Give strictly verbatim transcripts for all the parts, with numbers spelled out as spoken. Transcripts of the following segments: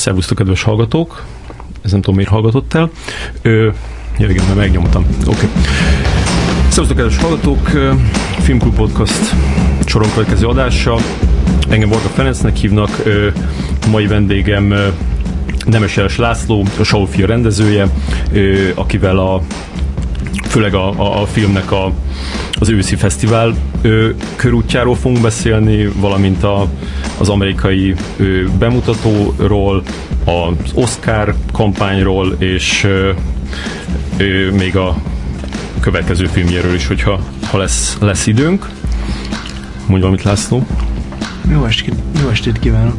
Szervusztok, kedves hallgatók! Ez nem tudom, miért hallgatottál. Ö, ja, igen, mert megnyomtam. Oké. Okay. Szervusztok, kedves hallgatók! Filmklub Podcast soron következő adása. Engem Varga Ferencnek hívnak. Ö, mai vendégem Nemes László, a Saul-fia rendezője, ö, akivel a főleg a, a, a filmnek a, az őszi fesztivál ö, körútjáról fogunk beszélni, valamint a, az amerikai ö, bemutatóról, az Oscar kampányról, és ö, ö, még a következő filmjéről is, hogyha ha lesz, lesz időnk. Mondj valamit, László. Jó estét, jó estét kívánok.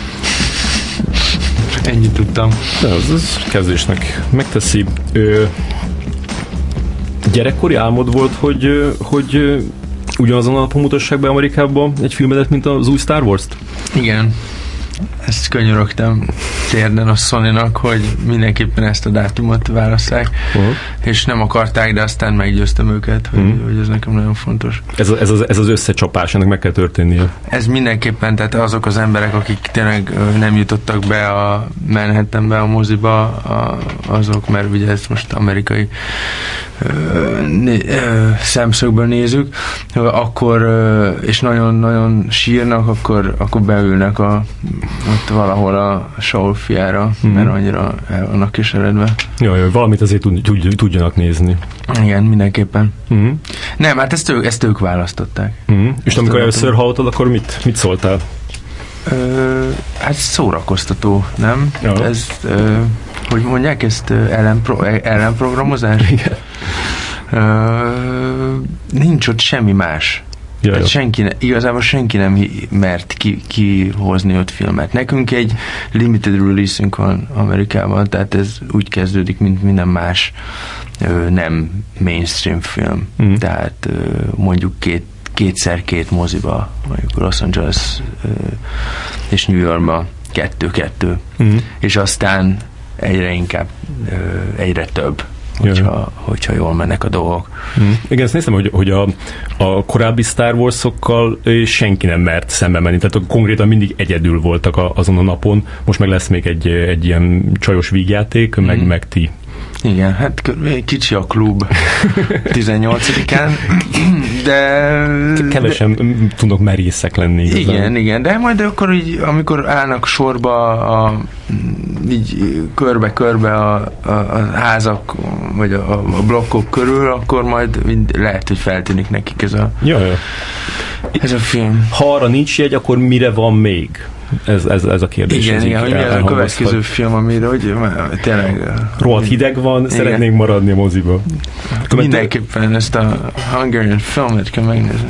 Ennyit tudtam. De az, az kezdésnek megteszi. Ö, Gyerekkori álmod volt, hogy, hogy ugyanazon a napon mutassák be Amerikában egy filmedet, mint az új Star Wars-t? Igen. Ezt könyörögtem térden a Sony-nak, hogy mindenképpen ezt a dátumot válasszák, uh-huh. és nem akarták, de aztán meggyőztem őket, hogy, uh-huh. hogy ez nekem nagyon fontos. Ez, ez, az, ez az összecsapás, ennek meg kell történnie. Ez mindenképpen, tehát azok az emberek, akik tényleg nem jutottak be a Manhattanbe, a moziba, a, azok, mert ugye ezt most amerikai ö, né, ö, szemszögből nézzük, akkor, ö, és nagyon-nagyon sírnak, akkor, akkor beülnek a ott valahol a Saul-fiára, mm-hmm. mert annyira el vannak kíséredve. Jaj, jaj, valamit azért tud, tudjanak nézni. Igen, mindenképpen. Mm-hmm. Nem, hát ezt, ő, ezt ők választották. Mm-hmm. És amikor először hallottad, akkor mit, mit szóltál? Ö, hát szórakoztató, nem? Ja. Ez, ö, hogy mondják ezt, ellenpro, ellenprogramozás? Igen. Ö, nincs ott semmi más. Tehát senki ne, igazából senki nem mert ki, kihozni ott filmet. Nekünk egy limited release-ünk van Amerikában, tehát ez úgy kezdődik, mint minden más ö, nem mainstream film. Mm. Tehát ö, mondjuk két, kétszer két moziba, mondjuk Los Angeles ö, és New Yorkba kettő-kettő. Mm. És aztán egyre inkább, ö, egyre több. Hogyha, hogyha jól mennek a dolgok. Mm. Igen, ezt néztem, hogy, hogy a, a korábbi Star Wars-okkal senki nem mert szembe menni, tehát konkrétan mindig egyedül voltak a, azon a napon. Most meg lesz még egy, egy ilyen csajos vígjáték, mm. meg, meg ti. Igen, hát kicsi a klub tizennyolcadikán, de... Kevesen de, tudnak merészek lenni. Igazán. Igen, igen, de majd akkor így, amikor állnak sorba a, így körbe-körbe a, a, a házak, vagy a, a blokkok körül, akkor majd mind lehet, hogy feltűnik nekik ez a, ja, ja. ez a film. Ha arra nincs jegy, akkor mire van még? Ez, ez, ez a kérdés. Igen, igen, hogy mi ez a következő film, amire, hogy tényleg... Rohadt hideg van, szeretnénk maradni a moziba. Mindenképpen ezt a Hungarian filmet kell megnézni.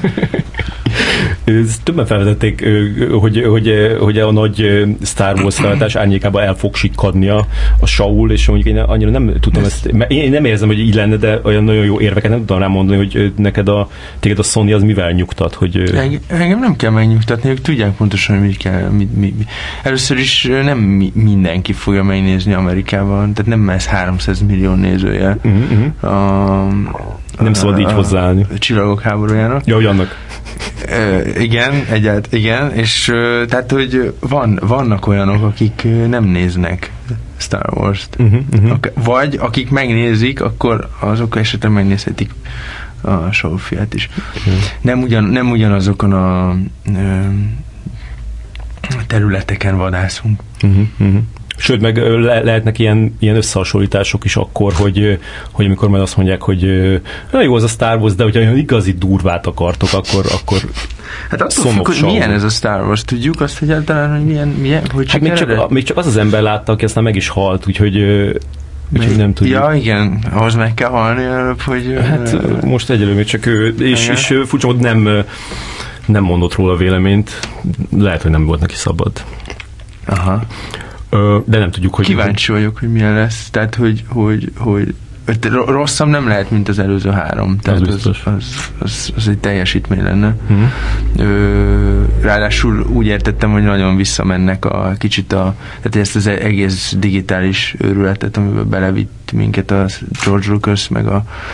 Többen felvetették, hogy, hogy, hogy a nagy Star Wars felállítás árnyékában el fog sikkadni a, a Saul, és mondjuk én annyira nem tudtam ezt, én nem érzem, hogy így lenne, de olyan nagyon jó érveket nem tudom rám mondani, hogy neked a, téged a Sony az mivel nyugtat, hogy... Engem nem kell megnyugtatni, ők tudják pontosan, hogy mit kell. Mi, mi, mi. Először is nem mi, mindenki fogja megnézni Amerikában, tehát nem ez háromszáz millió nézője. Uh-huh. A, nem szabad így hozzáállni. A Csillagok háborújának. Ja, hogy annak. Uh, igen, egyált, igen, és uh, tehát, hogy van, vannak olyanok, akik uh, nem néznek Star Wars-t. Uh-huh, uh-huh. Ak- vagy akik megnézik, akkor azok esetleg megnézhetik a Saul-fiát is. Uh-huh. Nem, ugyan, nem ugyanazokon a uh, területeken vadászunk. Uh-huh, uh-huh. Sőt, meg le- lehetnek ilyen, ilyen összehasonlítások is akkor, hogy, hogy amikor majd azt mondják, hogy na jó, az a Star Wars, de hogyha igazi durvát akartok, akkor, akkor hát attól függ, hogy milyen ez a Star Wars, tudjuk azt egyáltalán, hogy milyen, milyen hogy hát még, csak, még csak az az ember látta, aki aztán meg is halt, úgyhogy, úgyhogy nem tudjuk. Ja, igen, ahhoz meg kell halni előbb, hogy... Hát most egyelőre még csak ő, és, és furcsa, hogy nem, nem mondott róla véleményt, lehet, hogy nem volt neki szabad. Aha. De nem tudjuk, hogy... Kíváncsi vagyok, hogy milyen lesz. Tehát, hogy, hogy, hogy rosszabb nem lehet, mint az előző három. Tehát az, az, az, az, az egy teljesítmény lenne. Mm. Ö, ráadásul úgy értettem, hogy nagyon visszamennek a kicsit a... Tehát ezt az egész digitális őrületet, amiben belevitt minket a George Lucas, meg a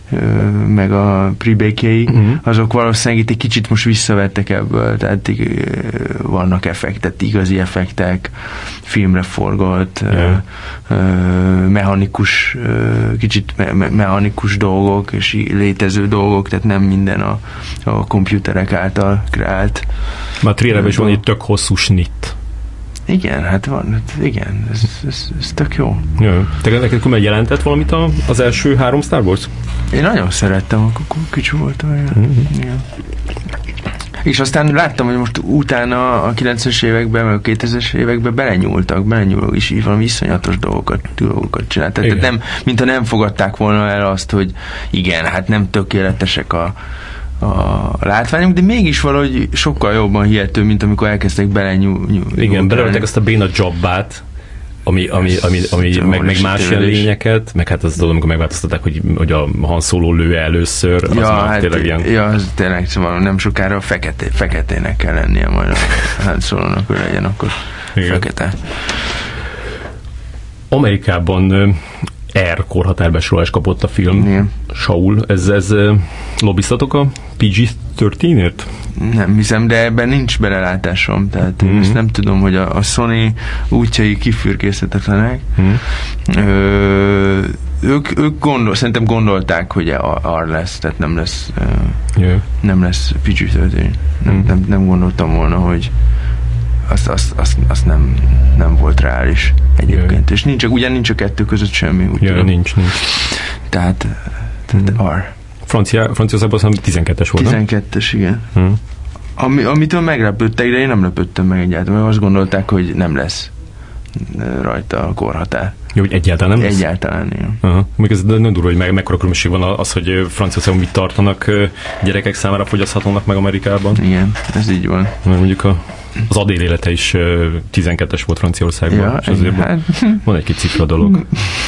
meg a Pre-Bakey, uh-huh. azok valószínűleg itt egy kicsit most visszavettek ebből, tehát vannak effektek, igazi effektek, filmre forgott, yeah. mechanikus, kicsit me- mechanikus dolgok, és létező dolgok, tehát nem minden a, a komputerek által kreált. Már a trailerben is van egy tök hosszú snitt. Igen, hát van, igen, ez, ez, ez tök jó. Jaj. Te neked akkor jelentett valamit az első három Star Wars? Én nagyon szerettem, akkor kicsi voltam. Mm-hmm. Igen. És aztán láttam, hogy most utána a kilencvenes években, meg a kétezres években belenyúltak, belenyúlok, és így valami iszonyatos dolgokat, dolgokat csináltak. Tehát nem, mintha nem fogadták volna el azt, hogy igen, hát nem tökéletesek a a látványok, de mégis valahogy sokkal jobban hihető, mint amikor elkezdtek belenyúlni. Igen, beleöltek azt a béna jobbát, ami, ami, ami, ami meg, meg más ilyen lényeket, meg hát az dolog, amikor megváltoztatták, hogy, hogy a Han Solo lő először, az ja, már hát, tényleg ilyen... Ja, az tényleg, szóval nem sokára feketé, feketének kell lennie majd a Han Solónak, hogy legyen akkor igen. Fekete. Amerikában R korhatárbesorolást kapott a film. Igen. Saul, ez, ez lobbiztatok a pé gé tizenkettőért? Nem hiszem, de ebben nincs belelátásom, tehát mm-hmm. ezt nem tudom, hogy a, a Sony útjai kifürkészhetetlenek. Mm-hmm. Ö, ők, ők gondol, szerintem gondolták, hogy R lesz, tehát nem lesz uh, yeah. nem lesz pé gé tizenkettő. Nem, mm. nem, nem gondoltam volna, hogy azt, azt, azt, azt nem, nem volt reális egyébként. Yeah. És nincs, ugyan nincs a kettő között semmi. Úgy yeah, nincs, nincs. Tehát, tehát mm. R. Francia, Franciaországban azt tizenkettes volt, tizenkettes, igen. Hmm. Ami, amitől meglepődtek, de én nem lepődtem meg egyáltalán, mert azt gondolták, hogy nem lesz rajta a korhatár. Jó, hogy egyáltalán nem lesz? Egyáltalán, igen. Aha. Még ez nem durva, hogy meg, mekkora különbség van az, hogy Franciaországban mit tartanak gyerekek számára fogyaszthatónak meg Amerikában. Igen, ez így van. Mert mondjuk a, az Adél élete is tizenkettes volt Franciaországban, ja, és azért hát... van egy-két cifra dolog.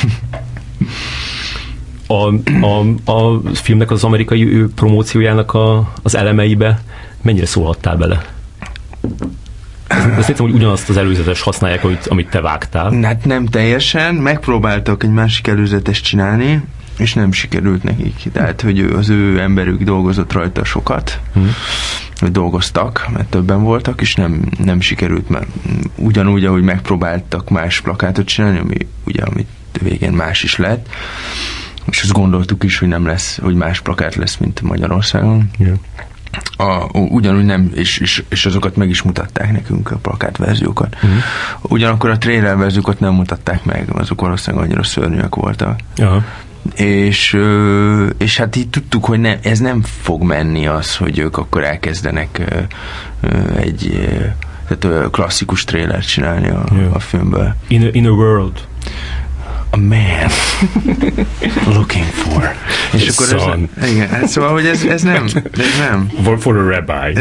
A, a, a filmnek az amerikai promóciójának a, az elemeibe mennyire szólhattál bele? Azt hiszem, hogy ugyanazt az előzetes használják, amit, amit te vágtál. Hát nem teljesen. Megpróbáltak egy másik előzetest csinálni, és nem sikerült nekik. Tehát, hogy az ő emberük dolgozott rajta sokat, hmm. hogy dolgoztak, mert többen voltak, és nem, nem sikerült, mert ugyanúgy, ahogy megpróbáltak más plakátot csinálni, ami ugye, amit végén más is lett, és azt gondoltuk is, hogy nem lesz, hogy más plakát lesz, mint Magyarországon. Yeah. A, ugyanúgy nem, és, és, és azokat meg is mutatták nekünk, a plakátverziókat. Uh-huh. Ugyanakkor a trailer verziókat nem mutatták meg, azok valószínűleg annyira szörnyűek voltak. Uh-huh. És, és hát így tudtuk, hogy nem, ez nem fog menni az, hogy ők akkor elkezdenek egy tehát klasszikus trailert csinálni a, yeah. a filmből. In a, in a world. A man looking for. És akkor ez, igen, hát szóval, hogy ez, ez nem, ez nem. For, for a rabbi.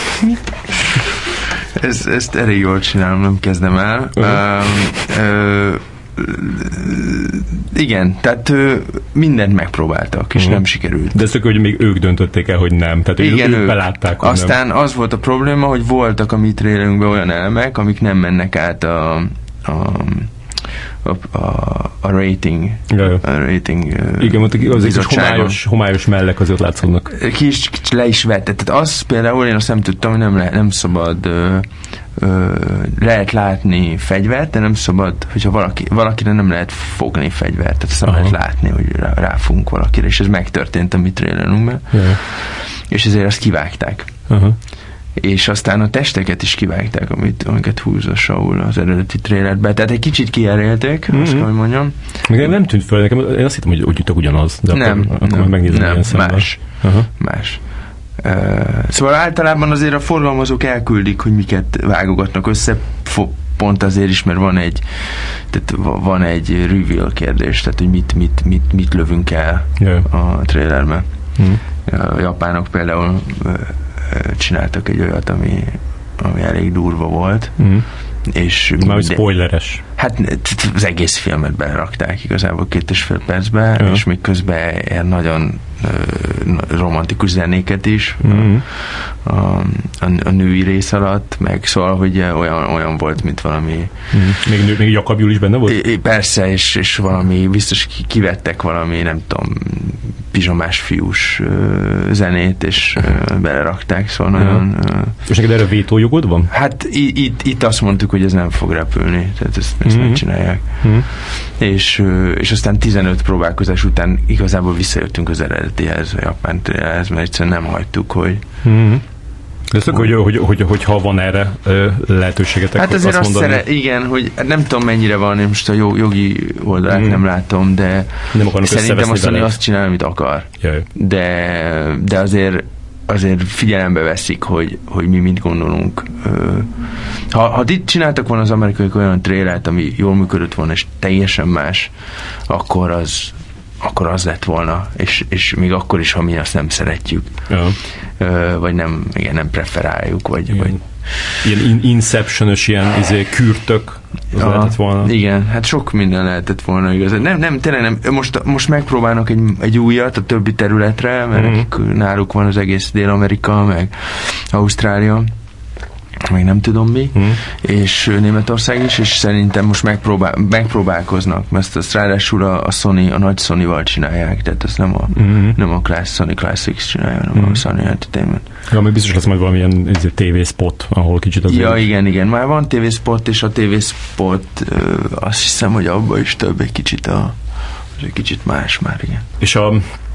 Ez, ezt elég jól csinálom, nem kezdem el. Uh-huh. Uh, uh, igen, tehát uh, mindent megpróbáltak, és uh-huh. nem sikerült. De ez tök, hogy még ők döntötték el, hogy nem. Tehát igen, ők, ők belátták, hogy aztán nem. Az volt a probléma, hogy voltak a mi trailerünkben olyan elemek, amik nem mennek át a, a A, a, a rating Jaj. a rating igen, mondtuk, az egy homályos, homályos mellek azért látszódnak. Ki is le is vetett. Tehát az például én azt nem tudtam, hogy nem, le, nem szabad ö, ö, lehet látni fegyvert, de nem szabad, hogyha valaki, valakire nem lehet fogni fegyvert, tehát azt nem lehet látni, hogy rá, ráfogunk valakire, és ez megtörtént a mi trailerünkben. És ezért azt kivágták. Aha. És aztán a testeket is kivágták, amit, amiket húz a Saul az eredeti trailerben. Tehát egy kicsit kijelölték, mm-hmm. azt kell, hogy mondjam. Meg nem tűnt fel nekem, én azt hittem, hogy úgy jutok ugyanaz, de nem, akkor, akkor nem, megnézem nem, ilyen szemben. Más. Uh-huh. Más. Uh, szóval általában azért a forgalmazók elküldik, hogy miket vágogatnak össze, pont azért is, mert van egy tehát van egy reveal kérdés, tehát hogy mit, mit, mit, mit lövünk el yeah. a trailerben. Mm. A japánok például csináltak egy olyat, ami, ami elég durva volt. Mm. És már hogy spoileres. Hát az egész filmet berakták igazából két és fél percbe, ja. És még közben ilyen nagyon uh, romantikus zenéket is mm. a, a, a női rész alatt, meg szóval, hogy olyan, olyan volt, mint valami... Mm. Még, még Jakab Júl is benne volt? É, persze, és, és valami, biztos kivettek valami, nem tudom, pizsamás fiús uh, zenét, és uh, belerakták, szóval nagyon... Uh, és neked erre vétójogod van? Hát itt, itt azt mondtuk, hogy ez nem fog repülni, tehát ezt, ezt mm-hmm. megcsinálják. Mm-hmm. És, uh, és aztán tizenöt próbálkozás után igazából visszajöttünk az eredetihez, a japán trillerhez, mert egyszerűen nem hagytuk, hogy... Mm-hmm. De ezt hogy, hogy, hogy, hogy ha van erre lehetőségetek, hát azért azt, azt szere, igen, hogy nem tudom mennyire van, én most a jogi oldalát mm. nem látom, de nem szerintem azt mondani, azt csinál, amit akar. Jaj. De, de azért, azért figyelembe veszik, hogy, hogy mi mit gondolunk. Ha, ha itt csináltak volna az amerikaiak olyan trailert, ami jól működött volna, és teljesen más, akkor az akkor az lett volna, és, és még akkor is, ha mi azt nem szeretjük. Ja. Ö, vagy nem, igen, nem preferáljuk, vagy... Igen. vagy ilyen Inception-ös ilyen izé, kürtök az ja, lehetett volna. Igen, hát sok minden lehetett volna igaz. Nem, nem, tényleg nem. Most, most megpróbálnak egy, egy újat a többi területre, mert mm-hmm. náluk van az egész Dél-Amerika, meg Ausztrália, még nem tudom mi, mm. és Németország is, és szerintem most megpróbál, megpróbálkoznak, mert ezt ráadásul a, a Sony, a nagy Sony-val csinálják, tehát ez nem a, mm. nem a Class, Sony Classics csinálja, hanem mm. a Sony Entertainment. Ja, még biztos lesz majd valamilyen té vé spot, ahol kicsit az... Ja, igen, igen, már van té vé spot, és a té vé spot ö, azt hiszem, hogy abban is több egy kicsit a, egy kicsit más már, igen. És a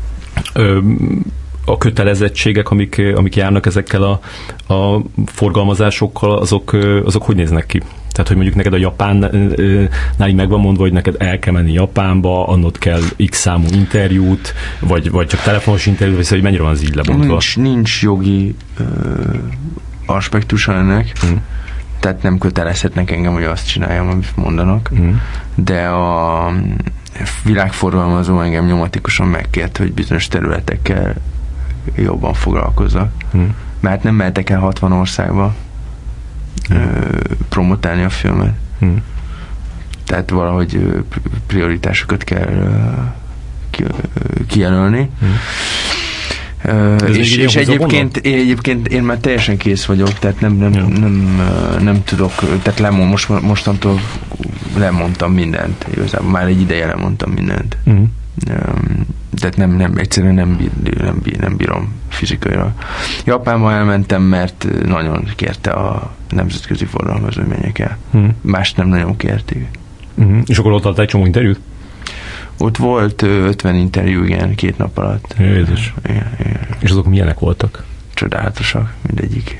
ö, a kötelezettségek, amik, amik járnak ezekkel a, a forgalmazásokkal, azok, azok hogy néznek ki? Tehát, hogy mondjuk neked a Japánnál így meg van mondva, hogy neked el kell menni Japánba, annod kell X számú interjút, vagy, vagy csak telefonos interjút, vagy szóval, hogy mennyire van az így lebontva? Nincs, nincs jogi ö, aspektusa ennek, hmm. tehát nem kötelezhetnek engem, hogy azt csináljam, amit mondanak, hmm. de a világforgalmazó engem nyomatikusan megkért, hogy bizonyos területekkel jobban foglalkozzak. Hmm. Mert nem mehetek el hatvan országba hmm. ö, promotálni a filmet. Hmm. Tehát valahogy ö, prioritásokat kell ö, ki, ö, kijelölni. Hmm. Ö, és és egyébként, én, egyébként én már teljesen kész vagyok, tehát nem, nem, ja. nem, nem, nem tudok, tehát lemond, most, mostantól lemondtam mindent. Igazából már egy ideje lemondtam mindent. Hmm. Tehát nem, nem, egyszerűen nem, bír, nem, bír, nem bírom fizikailag. Japánba elmentem, mert nagyon kérte a nemzetközi forgalmazó, hogy menjek el. Hmm. Mást nem nagyon kérték. Hmm. És akkor ott adtál egy csomó interjút? Ott volt ötven interjú, igen, két nap alatt. Jézus. Igen, igen. És azok milyenek voltak? Csodálatosak, mindegyik.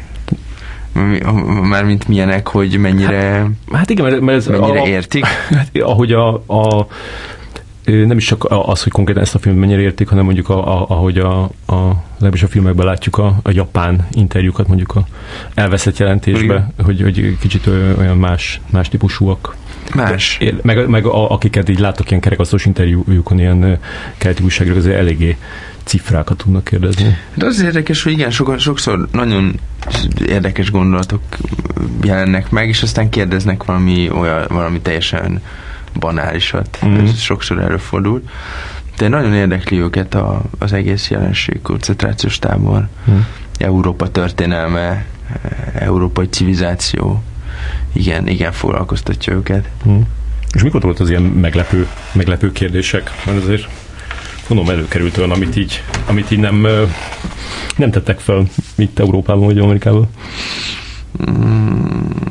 Mármint milyenek, hogy mennyire hát, hát igen, mert, mert ez mennyire a, értik. Hát, ahogy a, a nem is csak az, hogy konkrétan ezt a filmet mennyire értik, hanem mondjuk a, a, ahogy a, a legalábbis a filmekben látjuk a, a japán interjúkat mondjuk a elveszett jelentésbe, hogy, hogy kicsit olyan más, más típusúak. Más. De, meg, meg a, akiket így látok ilyen kerekasztalos interjújukon, ilyen keleti újságírók, azért eléggé cifrákat tudnak kérdezni. De az érdekes, hogy igen, sokszor, sokszor nagyon érdekes gondolatok jelennek meg, és aztán kérdeznek valami, olyan, valami teljesen banálisat. Mm. Ez sokszor előfordul. De nagyon érdekli őket a, az egész jelenség, koncentrációs tábor, mm. Európa történelme, európai civilizáció. Igen, igen, foglalkoztatja őket. Mm. És mikor volt az ilyen meglepő, meglepő kérdések? Mert azért mondom, előkerült olyan, amit így, amit így nem, nem tettek fel itt Európában vagy Amerikában. Mm.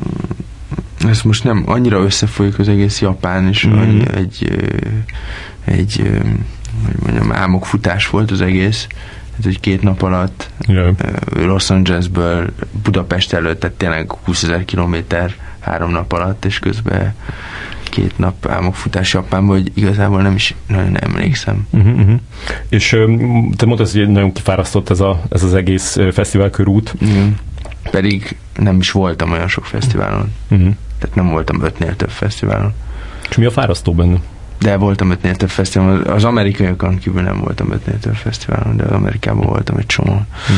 Ez most nem annyira összefolyik az egész Japán, és mm. annyi, egy, egy, hogy mondjam, álmokfutás volt az egész. Hát, hogy két nap alatt yeah. Los Angelesből Budapest előtt, tehát tényleg húszezer kilométer három nap alatt, és közben két nap álmokfutás Japánban, hogy igazából nem is nagyon emlékszem. Uh-huh, uh-huh. És te mondtad, hogy nagyon kifárasztott ez, a, ez az egész fesztiválkörút. Mm. Pedig nem is voltam olyan sok fesztiválon. Uh-huh. Tehát nem voltam ötnél több fesztiválon. És mi a fárasztó benne? De voltam ötnél több fesztiválon. Az amerikaiakon kívül nem voltam ötnél több fesztiválon, de az Amerikában voltam egy csomó. Hmm.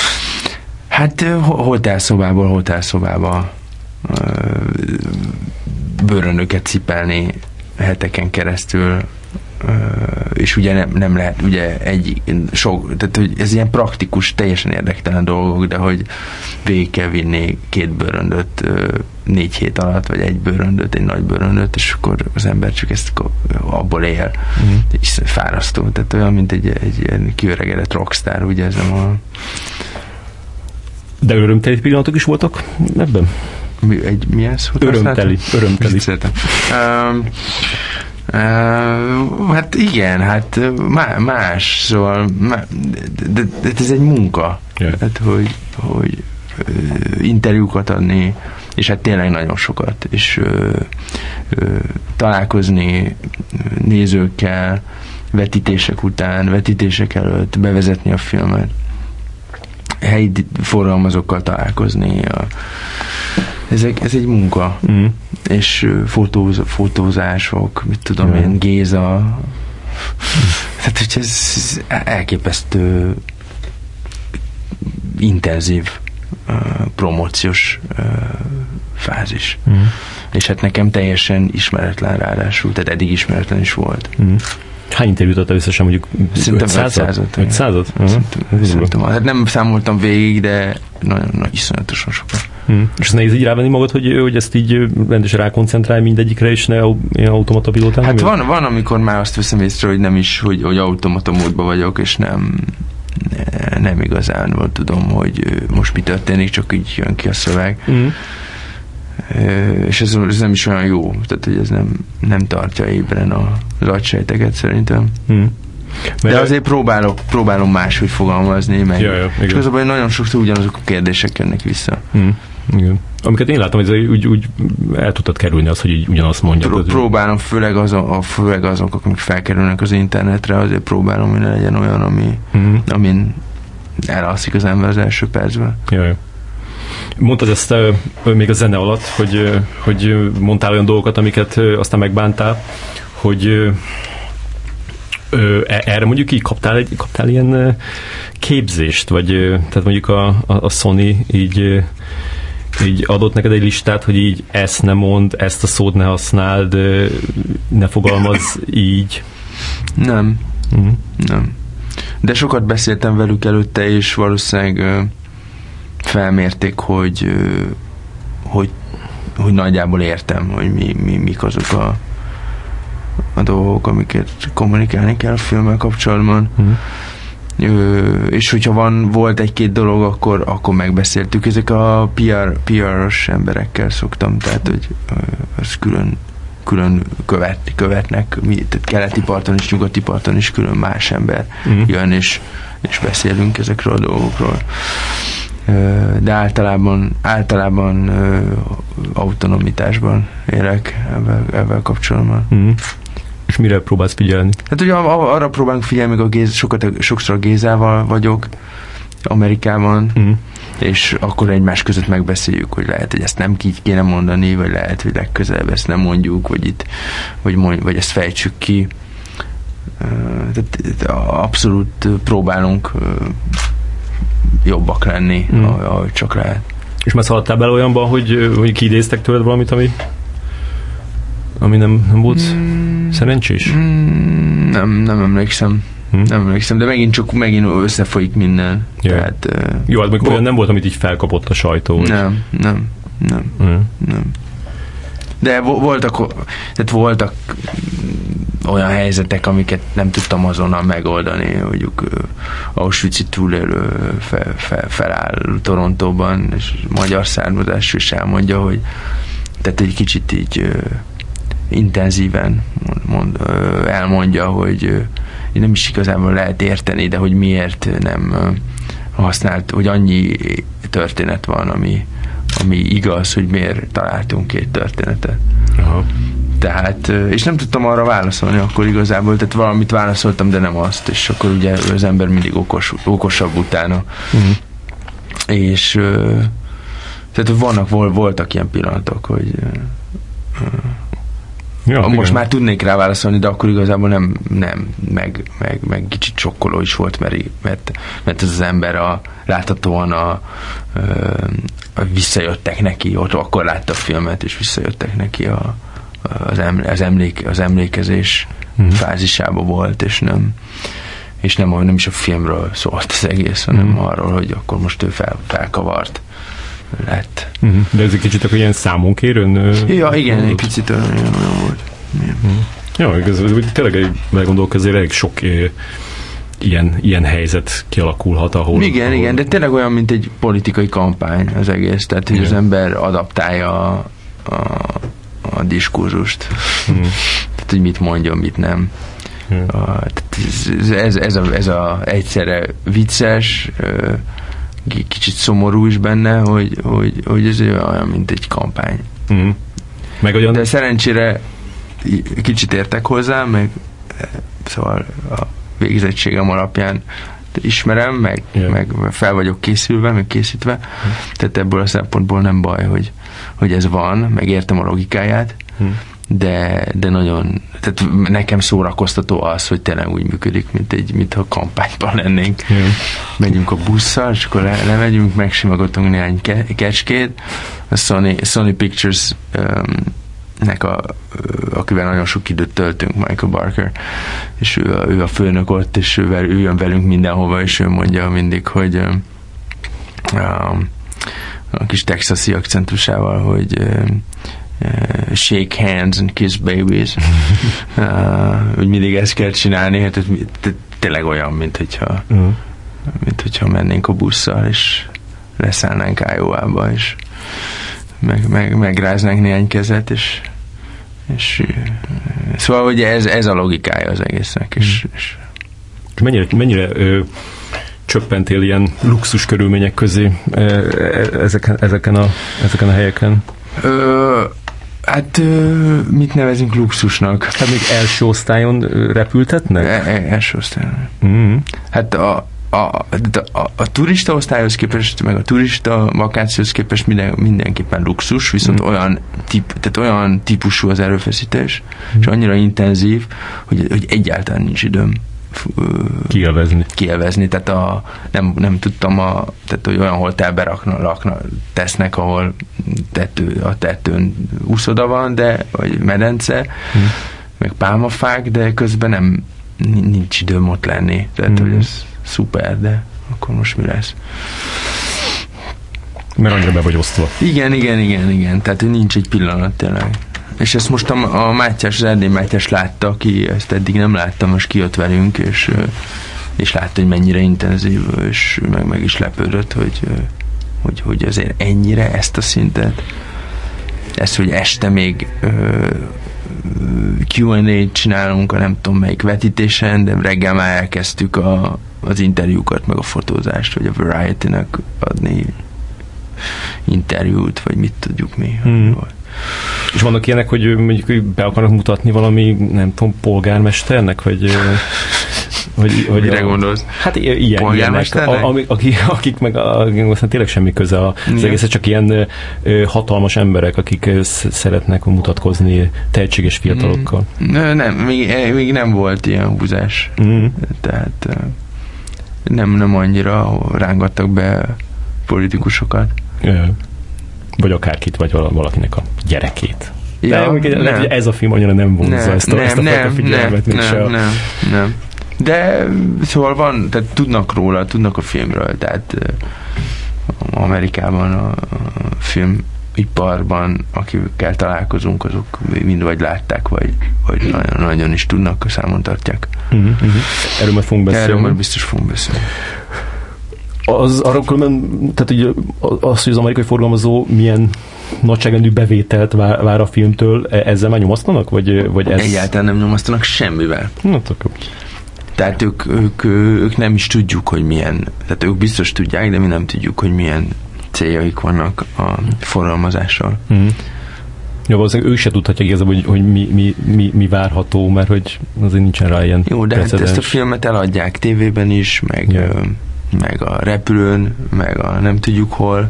Hát hotelszobából hotelszobába bőrönöket cipelni heteken keresztül és ugye nem, nem lehet ugye egy sok, tehát hogy ez ilyen praktikus, teljesen érdektelen dolgok, de hogy végig kell vinni két bőröndöt négy hét alatt, vagy egy bőröndöt, egy nagy bőröndöt, és akkor az ember csak ezt abból él. Mm. És fárasztó. Tehát olyan, mint egy, egy kiöregedett rockstar, ugye ez nem a... De örömteli pillanatok is voltak ebben? Mi, egy, milyen szót Örömteli. Örömteli. Um, uh, hát igen, hát más, szóval má, de, de, de ez egy munka. Yeah. Hát, hogy, hogy uh, interjúkat adni, és hát tényleg nagyon sokat, és ö, ö, találkozni nézőkkel, vetítések után, vetítések előtt, bevezetni a filmet, helyi forgalmazókkal találkozni. A, ez, ez egy munka. Mm. És fotóz, fotózások, mit tudom mm. én, Géza. Mm. Tehát, hogy ez elképesztő intenzív uh, promóciós uh, fázis. Mm. És hát nekem teljesen ismeretlen ráadásul, tehát eddig ismeretlen is volt. Mm. Hány interjút adta összesen, mondjuk ötszázat? ötszázat? Szerintem. Hát nem számoltam végig, de nagyon, nagyon iszonyatosan sokat. Hmm. És ez nehéz így rávenni magad, hogy, hogy ezt így rendesen rákoncentrálj mindegyikre, és ne ilyen automata pilótán? Hát van, van, amikor már azt veszem észre, hogy nem is, hogy, hogy automata módban vagyok, és nem nem igazán tudom, hogy most mi történik, csak így jön ki a szöveg. Hmm. És ez, ez nem is olyan jó, tehát hogy ez nem, nem tartja ébren az agysejteket szerintem. Hmm. De azért próbálok, próbálom máshogy fogalmazni, meg, ja, ja, és az a baj, hogy nagyon sokszor ugyanazok a kérdések jönnek vissza. Hmm. Igen. Amiket én látom, hogy úgy, úgy el tudtad kerülni azt, hogy így ugyanazt mondjad. Pró- próbálom, főleg, azon, a, főleg azok, amik felkerülnek az internetre, azért próbálom, hogy ne legyen olyan, ami, hmm. amin elalszik az ember az első percben. Ja, ja. Mondtad ezt uh, még a zene alatt, hogy, hogy mondtál olyan dolgokat, amiket uh, aztán megbántál, hogy uh, uh, erre mondjuk így kaptál, egy, kaptál ilyen uh, képzést, vagy uh, tehát mondjuk a, a, a Sony így, uh, így adott neked egy listát, hogy így ezt ne mondd, ezt a szót ne használd, uh, ne fogalmazz így. Nem. Uh-huh. Nem. De sokat beszéltem velük előtte, és valószínűleg uh, felmérték, hogy, hogy, hogy nagyjából értem, hogy mi, mi, mik azok a, a dolgok, amiket kommunikálni kell a filmmel kapcsolatban. Mm. Ö, és hogyha van, volt egy-két dolog, akkor, akkor megbeszéltük. Ezek a pé er, pé er-os emberekkel szoktam, tehát hogy az külön, külön követ, követnek, mi, tehát keleti parton és nyugati parton is külön más ember mm. jön, és, és beszélünk ezekről a dolgokról. De általában, általában uh, autonomitásban élek ebben, ebben kapcsolatban. Mm. És mire próbálsz figyelni? Hát ugye arra próbálunk figyelni, még a Géz, sokat, sokszor a Gézával vagyok Amerikában, mm. és akkor egymás között megbeszéljük, hogy lehet, hogy ezt nem így kéne mondani, vagy lehet, hogy legközelebb ezt nem mondjuk, vagy itt, vagy, mondj, vagy ezt fejtsük ki. Uh, tehát abszolút próbálunk uh, jobbak lenni, mm. ahogy csak lehet. És már szaladtál bele olyanban, hogy, hogy kiidéztek tőled valamit, ami, ami nem, nem volt mm. szerencsés? Mm. Nem, nem emlékszem. Mm. Nem emlékszem, de megint csak megint összefolyik minden. Yeah. Tehát, uh, jó, hát még olyan nem volt, amit így felkapott a sajtó. Nem, nem, nem, mm. nem. De voltak, tehát voltak olyan helyzetek, amiket nem tudtam azonnal megoldani, mondjuk Auschwitz-i túlélő fel, fel, feláll Torontóban, és magyar származású is elmondja, hogy tehát egy kicsit így uh, intenzíven mond, uh, elmondja, hogy uh, nem is igazából lehet érteni, de hogy miért nem uh, használt, hogy annyi történet van, ami, ami igaz, hogy miért találtunk két történetet. Aha. Tehát, és nem tudtam arra válaszolni akkor igazából, tehát valamit válaszoltam, de nem azt, és akkor ugye az ember mindig okos, okosabb utána. Uh-huh. És tehát vannak, voltak ilyen pillanatok, hogy ja, most igen. Már tudnék rá válaszolni, de akkor igazából nem, nem meg, meg, meg kicsit sokkoló is volt, mert, mert, mert ez az ember a, láthatóan a, a visszajöttek neki, ott akkor látta a filmet, és visszajöttek neki a, az, eml, az, emlék, az emlékezés uh-huh. fázisában volt, és nem és nem, nem is a filmről szólt az egész, hanem uh-huh. arról, hogy akkor most ő fel, felkavart lett. Uh-huh. De ez egy kicsit akkor ilyen számonkérőn? Ja, igen, egy picit olyan, olyan volt. Uh-huh. Ja, ez, ez tényleg meggondolok, ezért elég sok é, ilyen, ilyen helyzet kialakulhat, ahol... Igen, ahol... igen, de tényleg olyan, mint egy politikai kampány az egész, tehát hogy igen. az ember adaptálja a, a, a diskurzust. Uh-huh. Tehát, hogy mit mondjon, mit nem. Yeah. A, ez, ez, a, ez a egyszerre vicces, kicsit szomorú is benne, hogy, hogy, hogy ez olyan, mint egy kampány. Mm. Meg olyan... De szerencsére kicsit értek hozzá, meg szóval a végzettségem alapján ismerem, meg, yeah. meg fel vagyok készülve, meg készítve, mm. tehát ebből a szempontból nem baj, hogy, hogy ez van, meg értem a logikáját, mm. de, de nagyon, tehát nekem szórakoztató az, hogy tényleg úgy működik, mint egy, mintha kampányban lennénk. Yeah. Megyünk a busszal, és akkor le, lemegyünk, megsimogatunk néhány ke- kecskét. A Sony, Sony Pictures um, nek a, akivel nagyon sok időt töltünk, Michael Barker, és ő a, ő a főnök ott, és ő, ő jön velünk mindenhova, és ő mondja mindig, hogy um, um, a kis texasi akcentusával, hogy um, Uh, shake hands and kiss babies. uh, úgy mindig ezt kell csinálni, hát ez tényleg olyan, mint hogyha uh-huh. mint hogyha mennénk a busszal, és leszállnánk Iowa-ba, és meg, meg, megráznánk néhány kezet, és, és uh, szóval ugye ez, ez a logikája az egésznek. És, uh-huh. és mennyire, mennyire ö, csöppentél ilyen luxus körülmények közé ezeken, ezeken, a, ezeken a helyeken? Ö, hát ö, mit nevezünk luxusnak? Hát még első osztályon repültetnek? E, e, első osztályon. Mm-hmm. Hát a, a, a, a, a turista osztályhoz képest, meg a turista vakációhoz képest minden, mindenképpen luxus, viszont mm. olyan, tip, tehát olyan típusú az erőfeszítés, mm. és annyira intenzív, hogy, hogy egyáltalán nincs időm kielvezni. kielvezni, tehát a, nem, nem tudtam, a, tehát hogy olyan hotelbe rakna, lakna, tesznek, ahol tető, a tetőn úszoda van, de, vagy medence, hmm. meg pálmafák, de közben nem nincs időm ott lenni. Tehát, hmm. hogy ez szuper, de akkor most mi lesz? Mert annyira be vagy osztva. Igen, igen, igen, igen. Tehát, hogy nincs egy pillanat tényleg. És ezt most a, a Mátyás, az Erdély Mátyás látta, aki ezt eddig nem látta, most kijött velünk, és, és látta, hogy mennyire intenzív, és meg, meg is lepődött, hogy, hogy, hogy azért ennyire ezt a szintet, ezt, hogy este még Q and A-t csinálunk a nem tudom melyik vetítésen, de reggel már elkezdtük a, az interjúkat, meg a fotózást, vagy a Variety-nek adni interjút, vagy mit tudjuk mi. Mm. És vannak ilyenek, hogy mondjuk be akarnak mutatni valami, nem tudom, polgármesternek, vagy... vagy, vagy mire a, gondolsz? Hát ilyen, ilyenek, a, akik, akik meg a, aztán tényleg semmi köze az egész, csak ilyen ö, hatalmas emberek, akik szeretnek mutatkozni tehetséges fiatalokkal. Mm. Nem, még, még nem volt ilyen húzás. Mm. Tehát nem, nem annyira rángattak be politikusokat. Ja. Vagy akárkit, vagy valakinek a gyerekét. Ja, de nem. Ez a film annyira nem vonzza nem, ezt a, nem, ezt a nem, fajta figyelmet, nem, nem, nem, nem, nem. De szóval van, tehát tudnak róla, tudnak a filmről, tehát Amerikában a, a filmiparban, akikkel találkozunk, azok mind vagy látták, vagy, vagy nagyon, nagyon is tudnak, számon tartják. Uh-huh, uh-huh. Erről már fogunk beszélni. Erről már biztos fogunk beszélni. Az, arra különben, tehát ugye az, hogy az amerikai forgalmazó milyen nagyságrendű bevételt vár, vár a filmtől, ezzel már nyomasztanak? Vagy, vagy ez... Egyáltalán nem nyomasztanak semmivel. Na, akkor. Tehát ők, ők, ők nem is tudjuk, hogy milyen, tehát ők biztos tudják, de mi nem tudjuk, hogy milyen céljaik vannak a forgalmazással. Mm. Ja, valószínűleg ők se tudhatják igazából, hogy, hogy mi, mi, mi, mi várható, mert hogy azért nincsen rá ilyen jó, de hát ezt a filmet eladják tévében is, meg... Yeah. meg a repülőn, meg a nem tudjuk hol,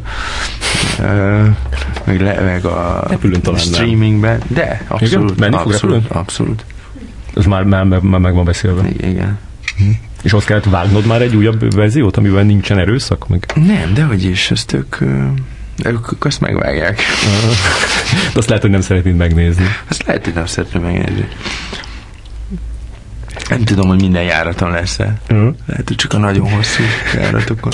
meg, le, meg a streamingben, de abszolút, igen? abszolút, abszolút. Ez már, már, már meg van beszélve. Igen. Hm. És azt kellett vágnod már egy újabb verziót, amiben nincsen erőszak? Meg? Nem, dehogy is, ezt ők, ők, ők azt megvágják. De azt lehet, hogy nem szeretnéd megnézni. Azt lehet, hogy nem szeretném megnézni. Nem tudom, hogy minden járaton lesz-e. Uh-huh. Lehet, hogy csak a nagyon hosszú járatokon.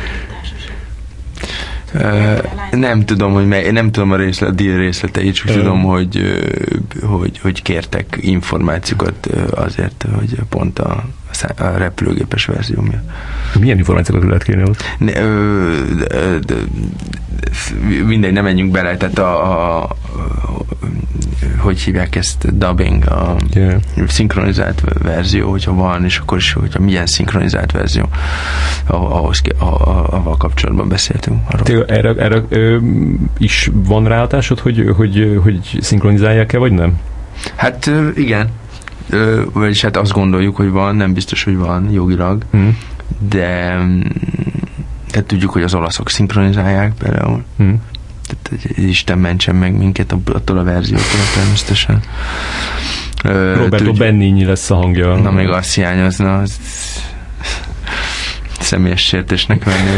Uh, nem tudom, hogy mely, nem tudom a, részlet, a deal részleteit, csak uh-huh. tudom, hogy, uh, hogy, hogy kértek információkat uh, azért, hogy pont a, a repülőgépes verzió miatt. Milyen információkat lehet kérni ott? Ne, ö, de, de, mindegy, nem menjünk bele, tehát a, a, a hogy hívják ezt, dubbing, a yeah. szinkronizált verzió, hogyha van, és akkor is, hogyha milyen szinkronizált verzió, ahhoz, ahhoz kapcsolatban beszéltünk. Arról. Erre, erre ö, is van ráhatásod, hogy, hogy, hogy szinkronizálják-e, vagy nem? Hát igen. Ö, vagyis hát azt gondoljuk, hogy van, nem biztos, hogy van jogilag, mm. de tehát tudjuk, hogy az olaszok szinkronizálják például. Mm. Tehát Isten mentsen meg minket attól a verziótól természetesen. Ö, Roberto tudj, Benigni lesz a hangja. Na, még azt hiányozna, az személyes sértésnek venni.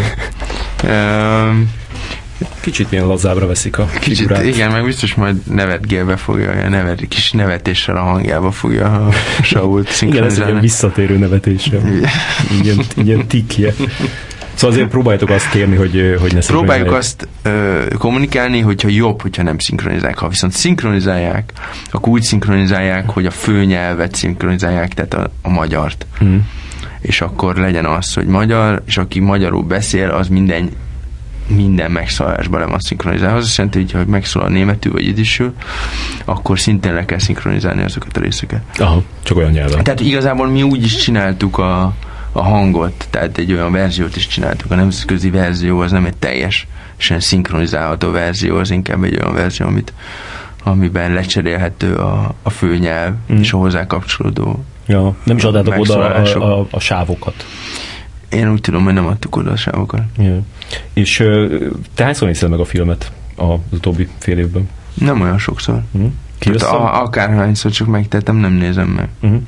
Kicsit milyen lazábra veszik a figurát. Kicsit, igen, meg biztos majd nevetgélbe fogja, nevet, kis nevetéssel a hangjába fogja a Sault szinkronizálni. Igen, ez egy visszatérő nevetéssel. ilyen, ilyen tikje. Szóval azért próbáljátok azt kérni, hogy, hogy ne próbáljuk azt ö, kommunikálni, hogyha jobb, hogyha nem szinkronizálják. Ha viszont szinkronizálják, akkor úgy szinkronizálják, hogy a főnyelvet szinkronizálják, tehát a, a magyart. Mm. És akkor legyen az, hogy magyar, és aki magyarul beszél, az minden minden megszólásban le van szinkronizálva. Az azt jelenti, hogy ha megszól a németül vagy idisül, akkor szintén le kell szinkronizálni azokat a részeket. Aha, csak olyan nyelven. Tehát igazából mi úgy is csináltuk a, a hangot, tehát egy olyan verziót is csináltuk. A nemzetközi verzió az nem egy teljes, sem szinkronizálható verzió, az inkább egy olyan verzió, amit, amiben lecserélhető a, a főnyelv mm. és a hozzá kapcsolódó. Ja, nem is adtátok oda a, a, a sávokat. Én úgy tudom, hogy nem adtuk oda a sávokat. Yeah. És te hányszor nézted meg a filmet az utóbbi fél évben? Nem olyan sokszor. Uh-huh. Hát a, akárhányszor csak megtettem, nem nézem meg. Uh-huh.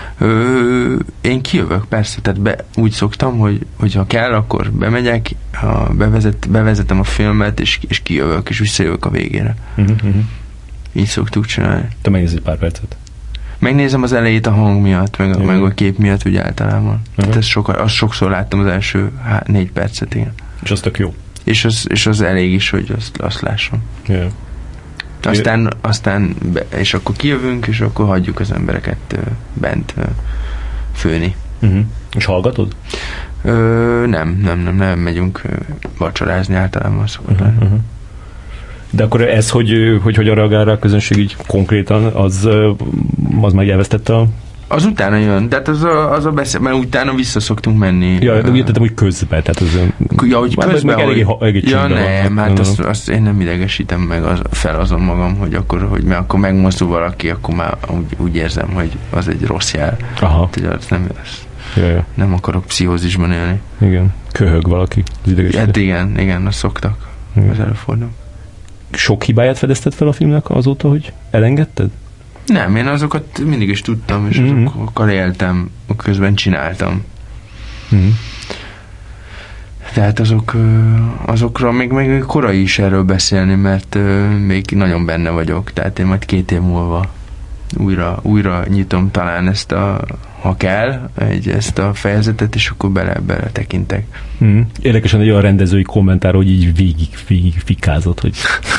Ö, én kijövök, persze, tehát be, úgy szoktam, hogy, hogy ha kell, akkor bemegyek, ha bevezet, bevezetem a filmet, és, és kijövök, és visszajövök a végére. Uh-huh. Így szoktuk csinálni. Te megnézed pár percet? Megnézem az elejét a hang miatt, meg, uh-huh. meg a kép miatt, úgy általában. Uh-huh. Tehát soka, azt sokszor láttam az első há, négy percet, igen. És az tök jó. És az, és az elég is, hogy azt, azt lássam. Yeah. Aztán, aztán be, és akkor kijövünk, és akkor hagyjuk az embereket uh, bent uh, főni. Uh-huh. És hallgatod? Ö, nem, nem, nem, nem megyünk uh, vacsorázni, általában szokott lenni. Uh-huh. De akkor ez, hogy, hogy hogyan reagál rá a közönség így konkrétan, az, az megjelvesztette a... Az utána jön, tehát az a, az a beszél, mert utána vissza szoktunk menni. Ja, de úgy értettem, hogy közben, tehát az... Ja, hogy közben, hogy... Elég, elég ja, nem, hát azt, azt én nem idegesítem meg az, fel azon magam, hogy akkor, hogy mert akkor megmozdul valaki, akkor már úgy, úgy érzem, hogy az egy rossz jel. Aha. Tehát az nem, az ja, ja. nem akarok pszichózisban élni. Igen, köhög valaki. Hát igen, igen, azt szoktak. Igen. Az előfordul. Sok hibáját fedezted fel a filmnek azóta, hogy elengedted? Nem, én azokat mindig is tudtam, és mm-hmm. azokkal éltem, közben csináltam. Mm-hmm. Tehát azok, azokra még, még korai is erről beszélni, mert még nagyon benne vagyok. Tehát én majd két év múlva újra, újra nyitom talán ezt a, ha kell, egy, ezt a fejezetet, és akkor bele, bele tekintek. Mm. Érdekesen egy olyan rendezői kommentár, hogy így végig, végig fikázott, hogy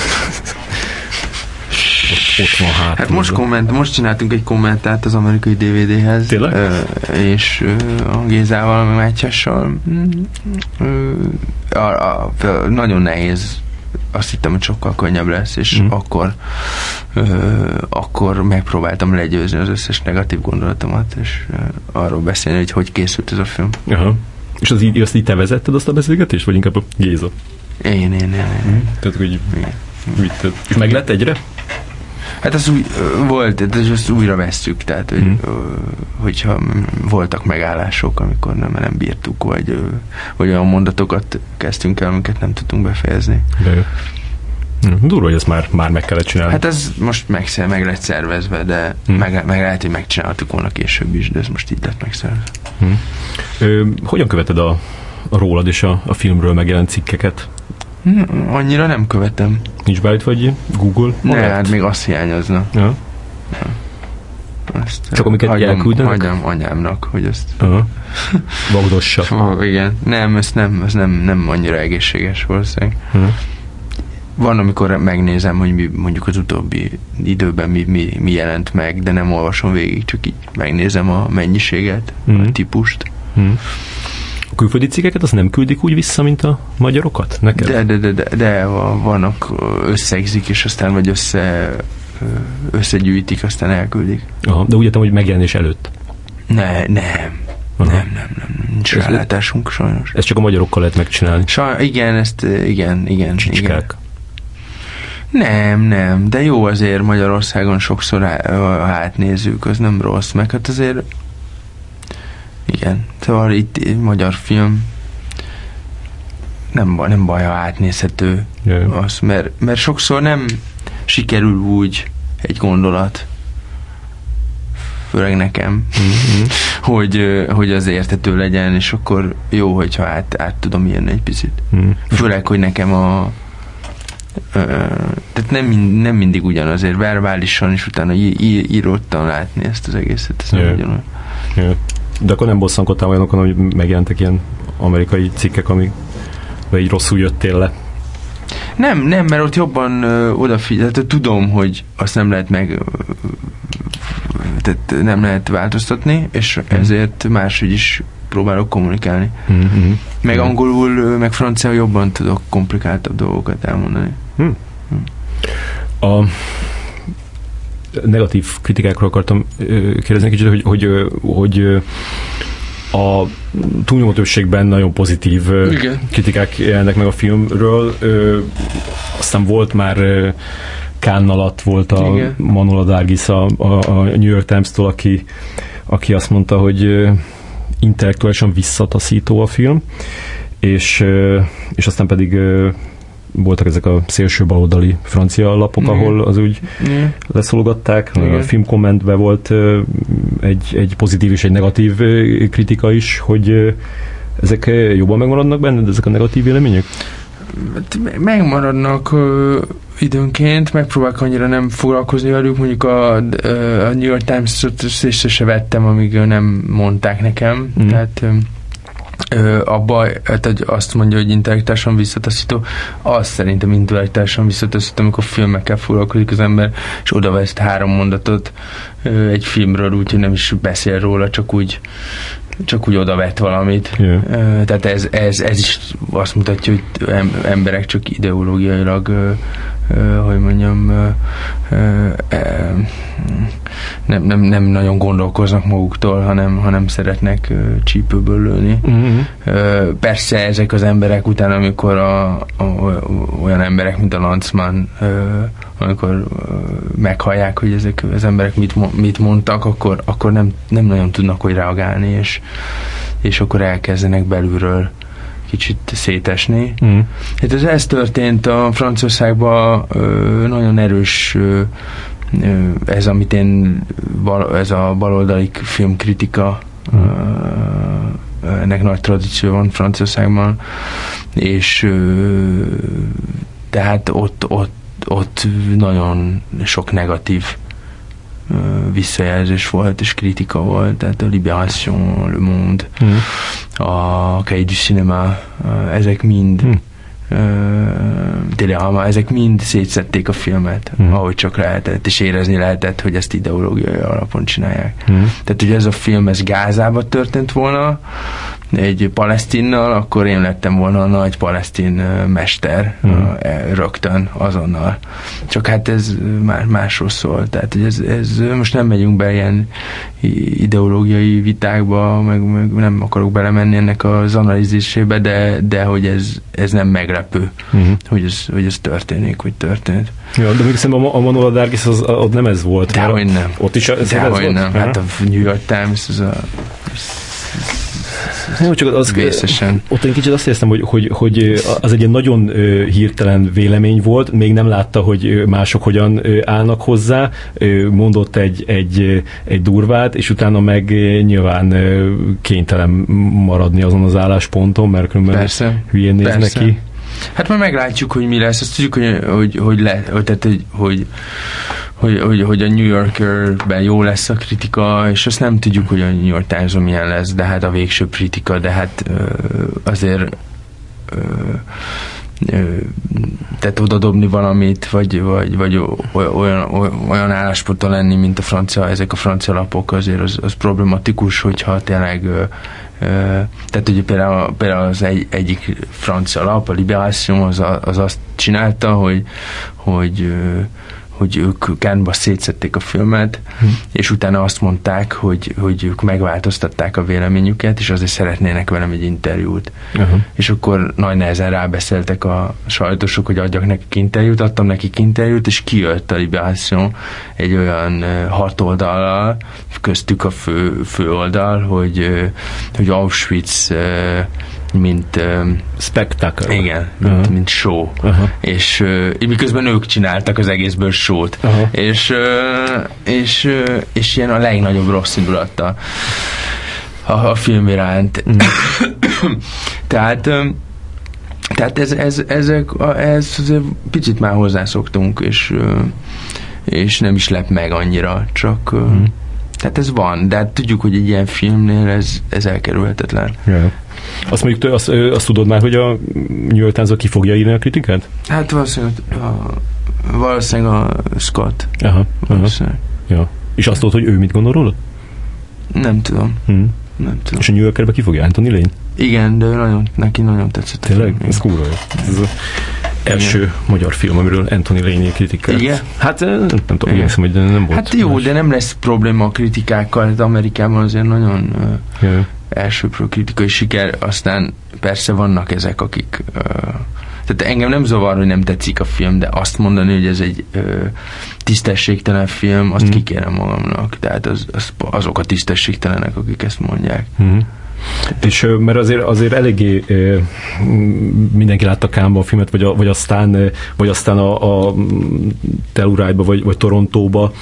ott, ott van hát. Hát most, komment, most csináltunk egy kommentárt az amerikai dé vé dé-hez. Tényleg? Ö, és ö, a Gézával, meg Mátyással ö, a, a, a, nagyon nehéz. Azt hittem, hogy sokkal könnyebb lesz, és mm. akkor ö, akkor megpróbáltam legyőzni az összes negatív gondolatomat, és ö, arról beszélni, hogy hogy készült ez a film. Aha. És az így, azt így te vezetted azt a beszélgetést, vagy inkább a Géza? Én, én, én. én. Mm. Tehát, hogy vitted. És meg lett egyre? Hát az új, volt, és azt újra vesszük, tehát, hogy, mm. hogyha voltak megállások, amikor nem, nem bírtuk, vagy, vagy olyan mondatokat kezdtünk el, amiket nem tudtunk befejezni. De jó. Durva, hogy ezt már, már meg kellett csinálni. Hát ez most meg, meg lett szervezve, de mm. meg, meg lehet, hogy megcsináltuk volna később is, de ez most így lett megszervezve. Mm. Ö, hogyan követed a, a rólad és a, a filmről megjelent cikkeket? Annyira nem követem. Nincs beállítva egy Google? Ne, hát még azt hiányozna. Ja. Ja. Azt csak amiket hagyom, elküldenek? Hagyom anyámnak, hogy ezt uh-huh. vagdossa. Oh, igen. Nem, ez nem, ez nem, nem annyira egészséges valószínűleg. Uh-huh. Van, amikor megnézem, hogy mi, mondjuk az utóbbi időben mi, mi, mi jelent meg, de nem olvasom végig, csak így megnézem a mennyiséget, uh-huh. a típust. Uh-huh. A külföldi cikkeket azt nem küldik úgy vissza, mint a magyarokat? Neked? De, de, de, de, de vannak, összegzik, és aztán vagy össze, összegyűjtik, aztán elküldik. Aha, de úgy értem, hogy megjelenés előtt? Ne, nem. Aha. Nem, nem, nem. Nincs rálátásunk sajnos. Ezt csak a magyarokkal lehet megcsinálni? Saj, igen, ezt, igen, igen. Csicskák. Igen. Nem, nem, de jó azért Magyarországon sokszor átnézzük, az nem rossz, meg hát azért igen, szóval itt, itt magyar film nem, nem baj, ha átnézhető yeah. az, mert, mert sokszor nem sikerül úgy egy gondolat, főleg nekem, mm-hmm. hogy, hogy az érthető legyen, és akkor jó, hogyha át, át tudom írni egy picit. Mm. Főleg, hogy nekem a ö, tehát nem, nem mindig ugyanazért, verbálisan, és utána í, í, írottan látni ezt az egészet, ez yeah. nem ugyanaz. Yeah. De akkor nem bosszankodtál olyanokon, hogy megjelentek ilyen amerikai cikkek, amik így rosszul jöttél le? Nem, nem, mert ott jobban ö, odafigyel, tehát tudom, hogy azt nem lehet meg ö, tehát nem lehet változtatni, és mm. ezért máshogy is próbálok kommunikálni. Mm-hmm. Meg angolul, meg franciául jobban tudok komplikáltabb dolgokat elmondani. Mm. Mm. A negatív kritikákról akartam kérdezni kicsit, hogy, hogy, hogy a túlnyomó többségben nagyon pozitív igen. kritikák jelennek meg a filmről. Aztán volt már Cannes alatt volt a igen. Manola Dargis a, a, a New York Times-tól, aki, aki azt mondta, hogy intellektuálisan visszataszító a film, és, és aztán pedig voltak ezek a szélső baloldali francia lapok, igen. ahol az úgy igen. leszologatták. Igen. A filmkommentben volt egy, egy pozitív és egy negatív kritika is, hogy ezek jobban megmaradnak benned, ezek a negatív vélemények? Megmaradnak ö, időnként, megpróbálok annyira nem foglalkozni velük, mondjuk a, a New York Times-ot észre se vettem, amíg nem mondták nekem, mm. tehát ö, abba, hát, azt mondja, hogy intellektuálisan visszataszító, az szerintem intellektuálisan visszataszító, amikor filmekkel foglalkozik az ember, és oda vesz három mondatot ö, egy filmről, úgyhogy nem is beszél róla, csak úgy csak úgy oda vett valamit. Yeah. Uh, tehát ez, ez, ez is azt mutatja, hogy emberek csak ideológiailag uh, uh, hogy mondjam uh, uh, uh, nem, nem, nem nagyon gondolkoznak maguktól, hanem, hanem szeretnek uh, csípőből lőni. Mm-hmm. Uh, persze ezek az emberek után, amikor a, a, olyan emberek, mint a Lanzmann uh, amikor uh, meghallják, hogy ezek az emberek mit, mit mondtak, akkor, akkor nem, nem nagyon tudnak hogy reagálni, és, és akkor elkezdenek belülről kicsit szétesni. Mm. Hát ez, ez történt a Franciaországban, uh, nagyon erős uh, ez, amit én bal, ez a baloldali filmkritika mm. uh, ennek nagy tradíció van Franciaországban, és uh, tehát ott, ott ott nagyon sok negatív uh, visszajelzés volt, és kritika volt, tehát a Libération, Le Monde, mm. a Cahiers du Cinéma, uh, ezek mind mm. uh, Télérama, ezek mind szétszették a filmet, mm. ahogy csak lehetett, és érezni lehetett, hogy ezt ideológiai alapon csinálják. Mm. Tehát, hogy ez a film, ez Gázában történt volna, egy palesztinnal, akkor én lettem volna a nagy palesztin mester mm. rögtön, azonnal. Csak hát ez már másról szól. Tehát, hogy ez, ez, most nem megyünk be ilyen ideológiai vitákba, meg, meg nem akarok belemenni ennek az analízisébe, de, de hogy ez, ez nem meglepő, mm. hogy, ez, hogy ez történik, hogy történt. Ja, de még szerintem a, a Manola Dargis az, ott nem ez volt. Dehogy nem. Ott is ez, ez volt? Nem. Aha. Hát a New York Times az a... Nem, csak az, ott én kicsit azt éreztem, hogy, hogy, hogy az egy ilyen nagyon hirtelen vélemény volt, még nem látta, hogy mások hogyan állnak hozzá, mondott egy, egy, egy durvát, és utána meg nyilván kénytelen maradni azon az állásponton, mert különben persze, hülyén néz persze. neki. Hát majd meglátjuk, hogy mi lesz. Azt tudjuk, hogy, hogy, hogy, le, hogy, tehát, hogy, hogy hogy, hogy, hogy a New Yorkerben jó lesz a kritika, és azt nem tudjuk, hogy a New York Times-on milyen lesz, de hát a végső kritika, de hát ö, azért ö, ö, tehát oda dobni valamit, vagy, vagy, vagy olyan, olyan állásponton lenni, mint a francia, ezek a francia lapok, azért az, az problematikus, hogyha tényleg ö, ö, tehát ugye például, például az egy, egyik francia lap, a Libération, az, az azt csinálta, hogy, hogy ö, hogy ők Cannes-ba szétszették a filmet, hm. és utána azt mondták, hogy, hogy ők megváltoztatták a véleményüket, és azért szeretnének velem egy interjút. Uh-huh. És akkor nagy nehezen rábeszéltek a sajtósok, hogy adjak nekik interjút, adtam nekik interjút, és kijött a Libération egy olyan hat oldallal, köztük a fő, fő oldal, hogy, hogy Auschwitz mint um, spectacle. Igen, mint, uh-huh. mint show. Uh-huh. És uh, miközben ők csináltak az egészből show-t. Uh-huh. És, uh, és, uh, és ilyen a legnagyobb rossz indulattal a, a film iránt. Uh-huh. tehát um, tehát ez, ez, ezek, ez azért picit már hozzászoktunk, és, uh, és nem is lep meg annyira, csak uh, uh-huh. tehát ez van, de hát tudjuk, hogy egy ilyen filmnél ez, ez elkerülhetetlen. Yeah. Azt mondjuk, azt, azt tudod már, hogy a New York Times ki fogja írni a kritikát? Hát valószínűleg a, valószínűleg a Scott. Aha, valószínűleg. Aha. Ja. És azt tudod, hogy ő mit gondol róla? Nem tudom. Hmm. Nem tudom. És a New Yorkerbe ki fogja? Anthony Lane? Igen, de ő nagyon, neki nagyon tetszett. Tényleg? Ez kurva jó. Ez az első igen. magyar film, amiről Anthony Lane kritikát. Igen? Hát nem, nem tudom, hiszem, hogy nem volt. Hát jó, más. De nem lesz probléma a kritikákkal. Hát Amerikában azért nagyon yeah. elsőprő kritikai siker, aztán persze vannak ezek, akik uh, tehát engem nem zavar, hogy nem tetszik a film, de azt mondani, hogy ez egy uh, tisztességtelen film, azt mm. kikérem magamnak. Tehát az, az, azok a tisztességtelenek, akik ezt mondják. Mm. És mert azért, azért eléggé mindenki látta Cannes-ba a filmet, vagy, a, vagy aztán, vagy aztán a, a Telluride-ba, vagy, vagy Torontóba,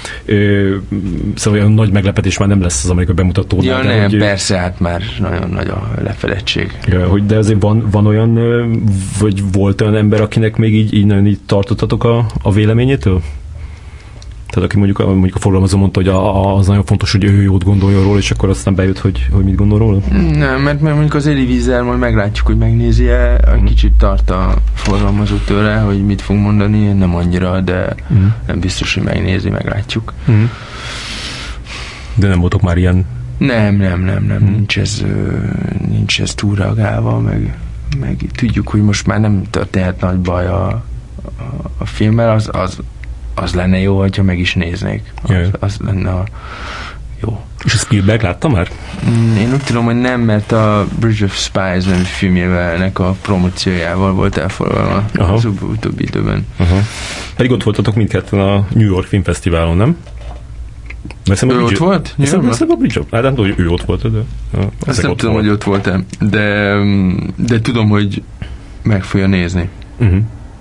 szóval olyan nagy meglepetés már nem lesz az amerikai bemutatónál. Ja, nem, hogy, persze, hát már nagyon nagy a lefedettség. Ja, hogy de azért van, van olyan, vagy volt olyan ember, akinek még így, így nagyon így tartottatok a, a véleményétől? Tehát aki mondjuk, mondjuk a forgalmazó mondta, hogy a, a, az nagyon fontos, hogy ő jót gondoljon róla, és akkor aztán bejött, hogy, hogy mit gondol róla? Nem, mert, mert mondjuk az Elie Wiesel majd meglátjuk, hogy megnézi-e, mm. kicsit tart a forgalmazó tőle, hogy mit fog mondani, nem annyira, de mm. nem biztos, hogy megnézi, meglátjuk. Mm. De nem voltok már ilyen? Nem, nem, nem, nem, mm. nincs ez, nincs ez túlreagálva, meg, meg tudjuk, hogy most már nem történhet nagy baj a, a, a filmmel, az, az az lenne jó, hogyha meg is néznék. Az, az lenne a jó. És a Spielberg látta már? Én úgy tudom, hogy nem, mert a Bridge of Spies nevű filmjévelnek a promóciójával volt elforgalva az utóbbi időben. Aha. Pedig ott voltatok mindketten a New York Film Fesztiválon, nem? Ő ott volt? Hiszem a Bridge of... Hát nem tudom, hogy ő ott volt, de... Azt nem tudom, hogy ott voltam, de, de tudom, hogy meg fogja nézni. Uh-huh.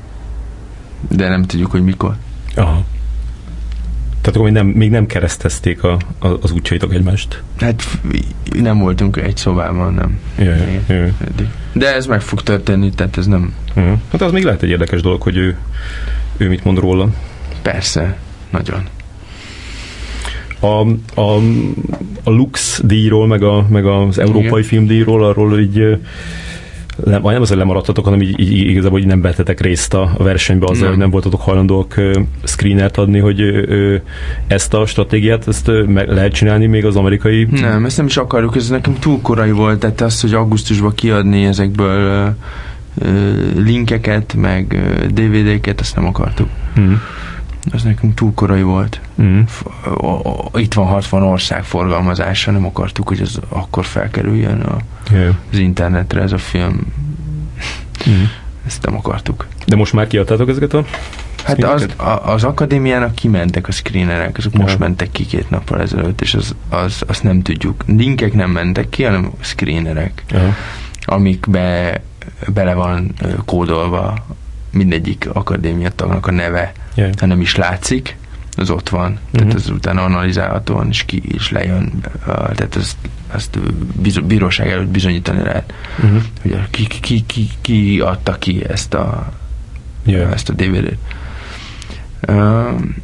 De nem tudjuk, hogy mikor. Aha. Tehát akkor még nem, még nem keresztezték a, a, az útjaitok egymást? Hát nem voltunk egy szobában, nem. Jaj, jaj. De ez meg fog történni, tehát ez nem... Uh-huh. Hát az még lehet egy érdekes dolog, hogy ő, ő mit mond róla. Persze, nagyon. A, a, a Lux díjról, meg, a, meg az Európai Filmdíjról, arról így... Nem, nem az, hogy lemaradtatok, hanem így, így igazából így nem vettetek részt a versenybe azzal, nem. hogy nem voltatok hajlandóak uh, screenert adni, hogy uh, ezt a stratégiát ezt uh, meg lehet csinálni még az amerikai... Nem, ezt nem is akarjuk, ez nekem túl korai volt, tehát az, hogy augusztusban kiadni ezekből uh, uh, linkeket, meg uh, dé vé dé-ket, ezt nem akartuk. Mm. Az nekünk túl korai volt. Mm. Itt van hatvan ország forgalmazása, nem akartuk, hogy ez akkor felkerüljön a, yeah. az internetre ez a film. Mm. Ezt nem akartuk. De most már kiadtátok ezeket a Hát az, a, az akadémiának kimentek a screenerek, azok yeah. most mentek ki két nappal ezelőtt, és az, az, azt nem tudjuk. Linkek nem mentek ki, hanem screenerek, yeah. amikbe bele van kódolva mindegyik akadémia tagnak a neve, yeah. ha nem is látszik, az ott van. Uh-huh. Tehát az utána analizálhatóan is ki is lejön. Tehát ezt, ezt bíróság előtt bizonyítani lehet, uh-huh. hogy ki, ki, ki, ki adta ki ezt a, yeah. ezt a dé vé dét. Uh,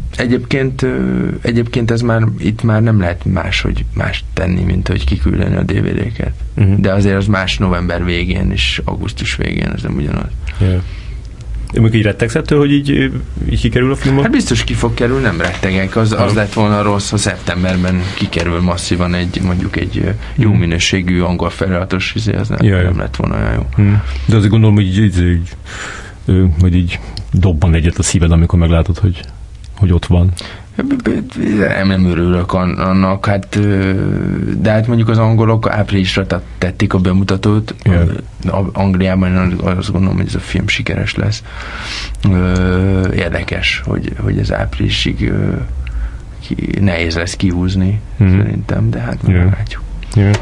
Egyébként, egyébként ez már, itt már nem lehet máshogy más tenni, mint hogy kiküldeni a dé vé dé-ket. Uh-huh. De azért az más november végén és augusztus végén, ez nem ugyanaz. Yeah. Mondjuk így rettegsz ettől, hogy így, így kikerül a film? Hát biztos ki fog kerül, nem rettegek. Az, az lett volna rossz, ha szeptemberben kikerül masszívan egy, mondjuk egy jó minőségű angol feliratos izé, az nem, yeah, nem lett volna olyan jó. Hmm. De azért gondolom, hogy így, így, így, hogy így dobban egyet a szíved, amikor meglátod, hogy, hogy ott van. Nem, nem örülök annak, hát, de hát mondjuk az angolok áprilisra tették a bemutatót, yeah. Angliában azt gondolom, hogy ez a film sikeres lesz. Érdekes, hogy, hogy ez áprilisig ki, nehéz lesz kihúzni, mm-hmm. szerintem, de hát yeah. meglátjuk. Yeah.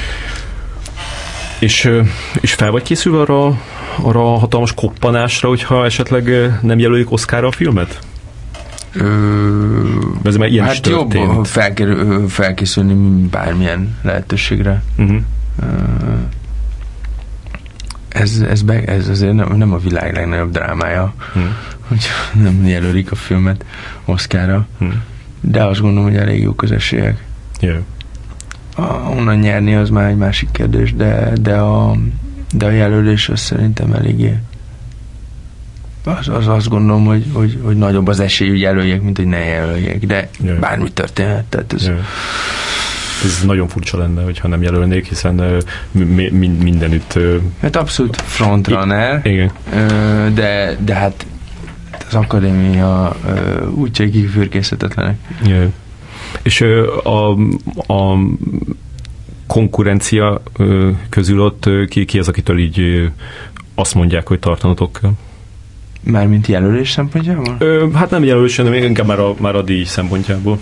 És, és fel vagy készülve arra, arra a hatalmas koppanásra, hogyha esetleg nem jelölik Oscarra a filmet? Ö, ez már ilyen hát jobb felkerül, felkészülni bármilyen lehetőségre. Uh-huh. Ez, ez, be, ez azért nem, nem a világ legnagyobb drámája, uh-huh. hogy nem jelölik a filmet Oscarra. Uh-huh. De azt gondolom, hogy elég jó közösségek. Yeah. A, onnan nyerni az már egy másik kérdés, de, de, a, de a jelölés az szerintem eléggé Az, az azt gondolom, hogy, hogy, hogy nagyobb az esély, hogy jelöljek, mint hogy ne jelöljek, de yeah. bármi történhet. Tehát ez... Yeah. ez nagyon furcsa lenne, hogyha nem jelölnék, hiszen uh, mi, mi, mindenütt... Uh, hát abszolút frontrunner, igen. Uh, de, de hát az akadémia uh, úgyhogy kifürkészhetetlenek. Yeah. És uh, a, a konkurencia uh, közül ott uh, ki, ki az, akitől így uh, azt mondják, hogy tartanotok kell? Mármint jelölés szempontjából? Ö, hát nem jelölés, hanem inkább már a, már a díj szempontjából.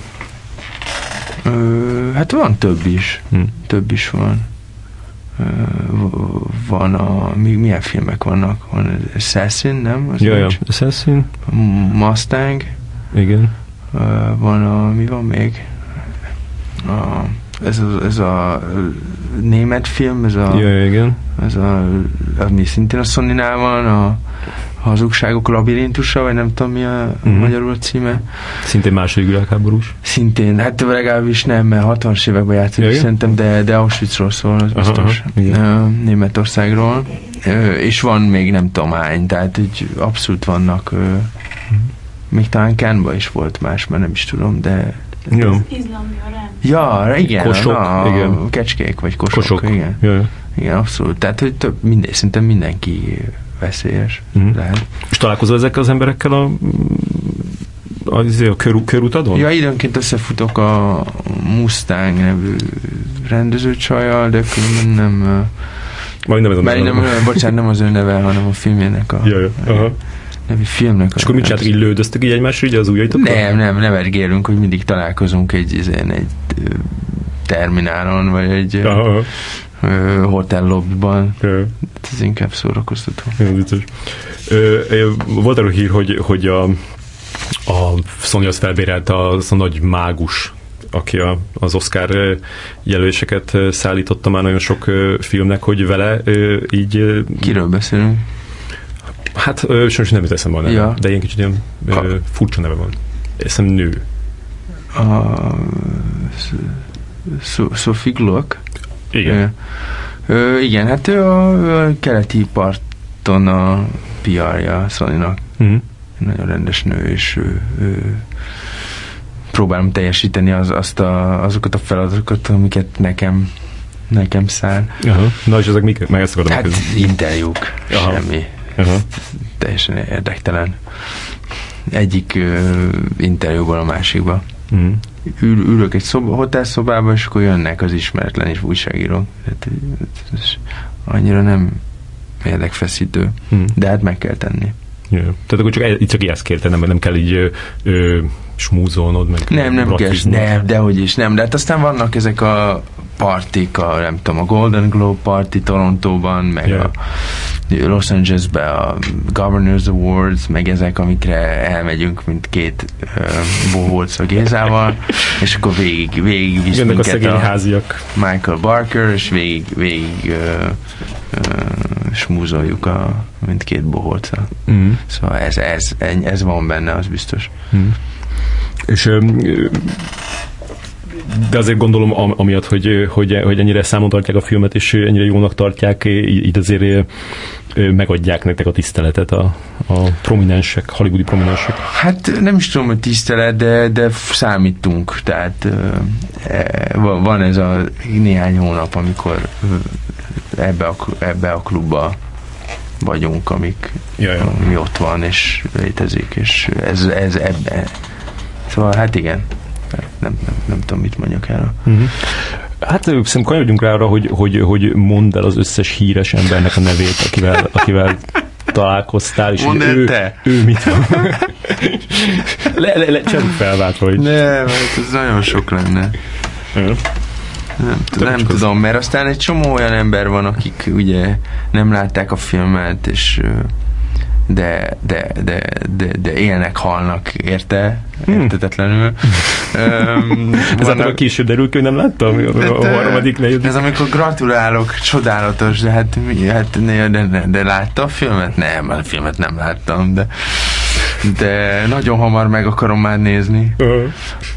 Ö, hát van több is. Hm. Több is van. Ö, van a... Még milyen filmek vannak? Van Assassin, nem? Az Jaj, Assassin. Mustang. Igen. Ö, van a... Mi van még? A, ez, a, ez a német film, ez a... Jaj, igen. Ez a... Ami szintén a Sony-nál van, a Hazugságok labirintusa, vagy nem tudom mi a uh-huh. magyarul a címe. Szintén második világháborús. Szintén, hát legalábbis nem, mert hatvanas években játszik, szerintem, de, de Auschwitzról szól, az biztos. Aha, Németországról. És van még nem tudom hány, tehát így abszolút vannak. Uh-huh. Még talán Cannes-ban is volt más, mert nem is tudom, de... Jó. Ja, igen, kosok, na, igen. Kecskék, vagy kosok, kosok. Igen. Jaj. Igen, abszolút. Tehát, hogy több, minden, szinte mindenki veszélyes. Uh-huh. Lehet. És találkozol ezekkel az emberekkel a, a, a kör, körutadon? Ja, időnként összefutok a Mustang nevű rendezőcsajjal, de különben nem... Majd nem ez a neve. Nem, bocsánat, nem az ő neve, hanem a filmjének a... Jaj, aha. Nevű filmnek. És akkor mit csináltak, így lődöztek így egymásra, így az ujjaitokkal? Nem, nem, nem ergélünk, hogy mindig találkozunk egy, egy, egy terminálon, vagy egy... Aha, aha. hotel lobbyban. Ez inkább szórakoztató. Volt arról hír, hogy, hogy a, a Sony az felbérelte az a nagy mágus, aki a, az Oscar jelöléseket szállította már nagyon sok filmnek, hogy vele így... Kiről beszélünk? Hát sajnos nem jut eszembe a neve, ja. De ilyen kicsit ilyen Ka- furcsa neve van. Eszem nő. A... Sophie Gluck? Igen. Ö, ö, igen, hát ő a, a keleti parton a pé er-ja a Sony-nak. Uh-huh. Nagyon rendes nő, és ő, ő próbálom teljesíteni az, azt a, azokat a feladatokat, amiket nekem nekem száll. Aha. Na és ezek mik? Meg ezt akarom hát közül. Interjúk. Aha. Semmi. Aha. Teljesen érdektelen. Egyik ö, interjúból a másikba. Uh-huh. Ül, ülök egy szoba, hotelszobában, és akkor jönnek az ismeretlen és újságírók. Tehát, ez annyira nem érdekfeszítő, hmm. de hát meg kell tenni. Yeah. Tehát akkor csak, itt csak ezt kérte, nem, nem kell így ö, ö, smúzolnod, meg nem, nem kell, de, dehogy is nem, de hát aztán vannak ezek a partik, a, nem tudom, a Golden Globe party Torontóban, meg yeah. a Los Angelesben a Governors Awards, meg ezek, amikre elmegyünk, mint két uh, bohóc a Gézával, és akkor végig, végig visz minket a szegény háziak. Michael Barker, és végig, végig uh, uh, smúzoljuk a mindkét bohóccal. Mm. Szóval ez, ez, ez van benne, az biztos. Mm. És de azért gondolom, amiatt, hogy, hogy, hogy ennyire számon tartják a filmet, és ennyire jónak tartják, így azért megadják nektek a tiszteletet a, a prominensek, hollywoodi prominensek. Hát nem is tudom, hogy tisztelet, de, de számítunk. Tehát van ez a néhány hónap, amikor ebbe a, ebbe a klubba vagyunk, amik, Jaja. ami ott van, és létezik, és ez, ez ebbe. Szóval hát igen. Nem, nem, nem tudom, mit mondjak erről. Uh-huh. Hát szerintem kanyarodjunk rá arra, hogy, hogy, hogy mondd el az összes híres embernek a nevét, akivel, akivel találkoztál, és mondd ő, te. ő mit van. le, le, le, cserük felváltva, hogy... Nem, hát ez nagyon sok lenne. Uh-huh. Nem, tudom, nem tudom, mert aztán egy csomó olyan ember van, akik ugye nem látták a filmet, és de, de, de, de, de élnek, halnak, érte? Értetetlenül. Hmm. Ez vannak... később derül ki, hogy nem láttam a, a harmadik, negyedik. Ez amikor gratulálok, csodálatos, de hát, hát de, de, de látta a filmet? Nem, a filmet nem láttam, de, de nagyon hamar meg akarom már nézni. Uh-huh.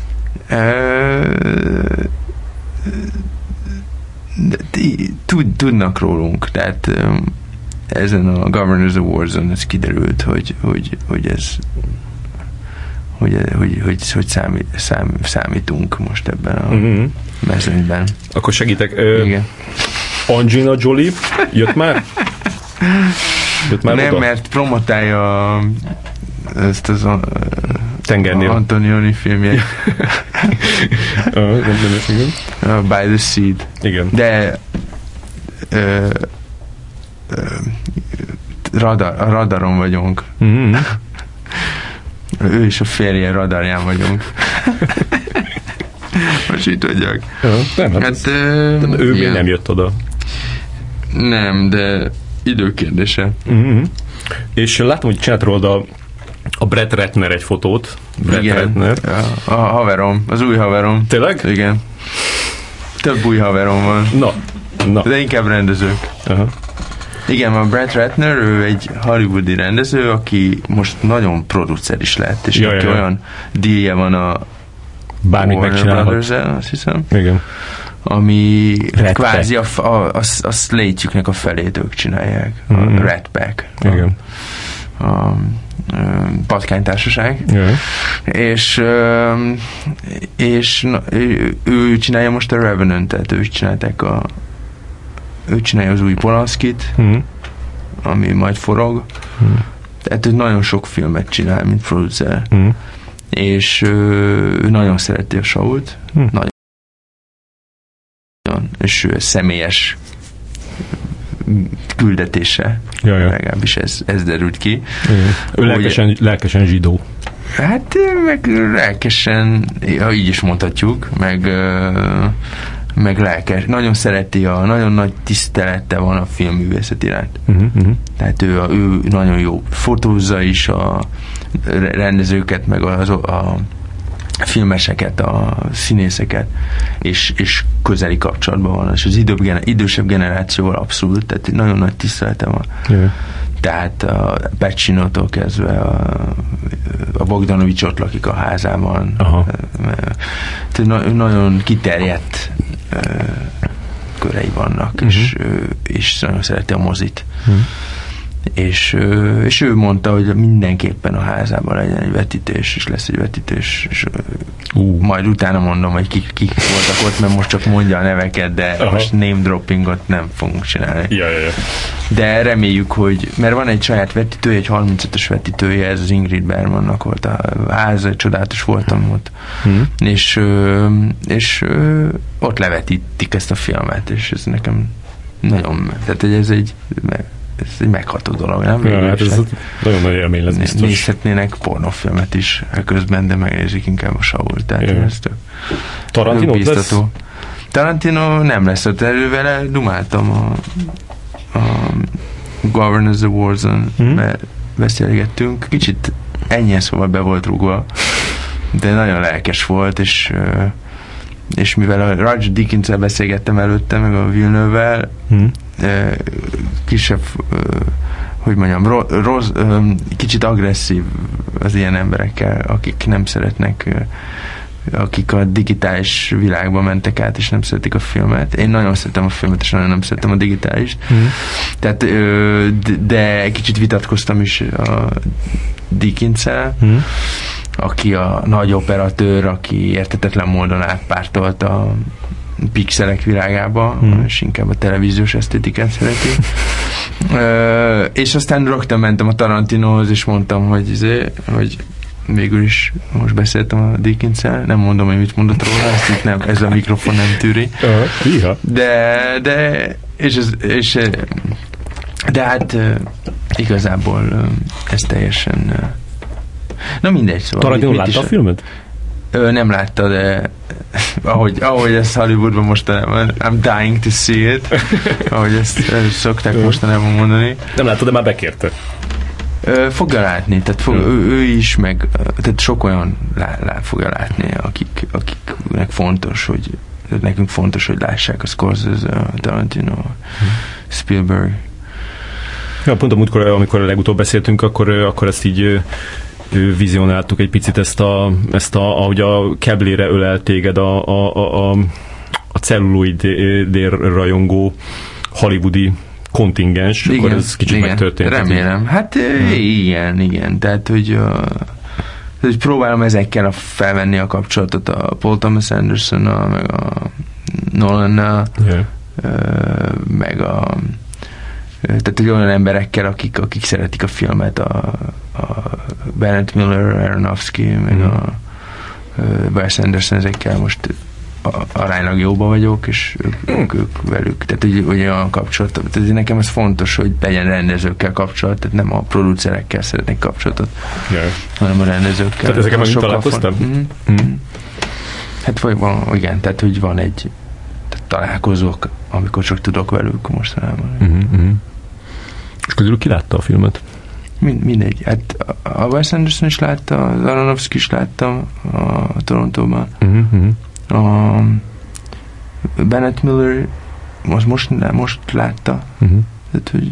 De, tud, tudnak rólunk, tehát ezen a Governors Awards-on ez kiderült, hogy, hogy, hogy ez hogy, hogy, hogy, hogy számít, szám, számítunk most ebben a uh-huh. mezőnyben. Akkor segítek. Ö, Igen. Angelina Jolie jött már? Jött már nem, oda? mert promotálja ezt az a, Tengernél. Antonioni filmjét. uh, nem, nem, igen. Uh, By the Seed. Igen. De uh, uh, radar, a radaron vagyunk. Mm-hmm. Ő és a férje radarján vagyunk. Most így tudjak. Ja, nem, hát, hát uh, ő még nem jött oda. Nem, de időkérdése. Mm-hmm. És látom, hogy csinált róla a, a Brett Ratner egy fotót. Brett Igen. Ratner. Ja, a haverom, az új haverom. Tényleg? Igen. Több új haverom van. Na. Na. De inkább rendezők. Aha. Igen, a Brett Ratner, ő egy hollywoodi rendező, aki most nagyon producer is lett, és ja, aki ja. olyan díja van a bármit megcsinálhat. Azt hiszem. Igen. Ami Rat kvázi a, a, a, a Slate-jüknek a felét ők csinálják. Mm-hmm. A Rat Pack. Igen. A, a, a patkánytársaság. Yeah. És, és na, ő, ő csinálja most a Revenant-et, ők csinálták a ő csinálja az új Polanskit, mm. ami majd forog. Mm. Tehát ő nagyon sok filmet csinál, mint producer. Mm. És ő nagyon szereti a Sault. Mm. Nagyon. És ő személyes küldetése. Ja, ja. Legalábbis ez, ez derült ki. Mm. Ő lelkesen, lelkesen zsidó. Hát meg lelkesen, ja, így is mondhatjuk, meg meg lelkes. Nagyon szereti, a nagyon nagy tisztelete van a filmművészet iránt. Uh-huh, uh-huh. Tehát ő, a, ő nagyon jó fotózza is a rendezőket, meg az, a filmeseket, a színészeket, és, és közeli kapcsolatban van. És az időbb, idősebb generációval abszolút, tehát nagyon nagy tisztelete van. Yeah. Tehát a Pacino-tól kezdve a, a Bogdanovich ott lakik a házában. Aha. Tehát nagyon kiterjedt uh, körei vannak, uh-huh. és, uh, és nagyon szereti a mozit. Uh-huh. És, uh, és ő mondta, hogy mindenképpen a házában legyen egy vetítés, és lesz egy vetítés, és uh. majd utána mondom, hogy kik, kik voltak ott, mert most csak mondja a neveket, de aha. most name droppingot nem fogunk csinálni. Ja, ja, ja. De reméljük, hogy, mert van egy saját vetítője, egy harmincötös vetítője, ez az Ingrid Bergmannak volt a háza, csodálatos voltam ott. Hmm. És, és ott levetítik ezt a filmet, és ez nekem nagyon, tehát ez egy ez egy megható dolog, nem? Ja, hát ez nagyon nagy élmény lesz biztos. Nézhetnének pornófilmet is közben, de megnézik inkább a Sault, tehát ja. ez tök Tarantino lesz? Tarantino nem lesz ott, vele dumáltam a, a Governors Awards-on, hmm. mert beszélgettünk, kicsit ennyi szóval be volt rúgva, de nagyon lelkes volt, és és mivel a Roger Deakins-el beszélgettem előtte, meg a Villeneuve-vel, hmm. kisebb, hogy mondjam, rossz, kicsit agresszív az ilyen emberekkel, akik nem szeretnek, akik a digitális világba mentek át, és nem szeretik a filmet. Én nagyon szeretem a filmet, és nagyon nem szeretem a digitális. Mm. Tehát, de kicsit vitatkoztam is a Dickens-el, mm. aki a nagy operatőr, aki érthetetlen módon átpártolt a pixelek világába, mm. és inkább a televíziós esztétikát szereti. Ö, és aztán rögtön mentem a Tarantinohoz, és mondtam, hogy, izé, hogy végül is most beszéltem a Dickens-el, nem mondom, hogy mit mondott róla, ezt itt nem, ez a mikrofon nem tűri. Uh, de, de, és, ez, és de hát igazából ez teljesen na mindegy, szóval. Tarantino látta a filmet? Ő nem látta, de ahogy, ahogy ezt Hollywoodban mostanában I'm dying to see it, ahogy ezt szokták mostanában mondani. Nem látta, de már bekérte. Fogja látni, tehát fog, ő, ő is, meg tehát sok olyan lá, lá, fogja látni, akik, akiknek fontos, hogy nekünk fontos, hogy lássák a Scorsese, Tarantino, Spielberg. Ja, pont a múltkor, amikor legutóbb beszéltünk, akkor, akkor ezt így vizionáltuk egy picit ezt a, ezt a ahogy a keblére ölel téged a, a, a, a celluloid rajongó hollywoodi kontingens, igen, akkor ez kicsit igen, megtörtént. Remélem. Hát hmm. igen, igen. Tehát, hogy, uh, hogy próbálom ezekkel a felvenni a kapcsolatot a Paul Thomas Andersonnal, meg a Nolannal, yeah. uh, meg a tehát, hogy olyan emberekkel, akik, akik szeretik a filmet, a, a Bennett Miller, Aronofsky, meg mm. a uh, Wes Anderson, ezekkel most a, aránylag jóba vagyok, és ők, ők, ők velük, tehát hogy, hogy olyan kapcsolat, tehát nekem ez fontos, hogy legyen rendezőkkel kapcsolat, tehát nem a producerekkel szeretnék kapcsolatot, yeah. hanem a rendezőkkel. Tehát ezeket meg találkoztam? Mm. Mm. Hát vagy van, igen, tehát hogy van egy tehát találkozók, amikor csak tudok velük mostanában. Mm-hmm. És közül ki látta a filmet? Mind, mindegy. Hát a Wes Anderson is látta, az Aronofsky is láttam a Torontóban. Mm-hmm. A Bennett Miller most, most, most látta. Mm-hmm. Tehát, hogy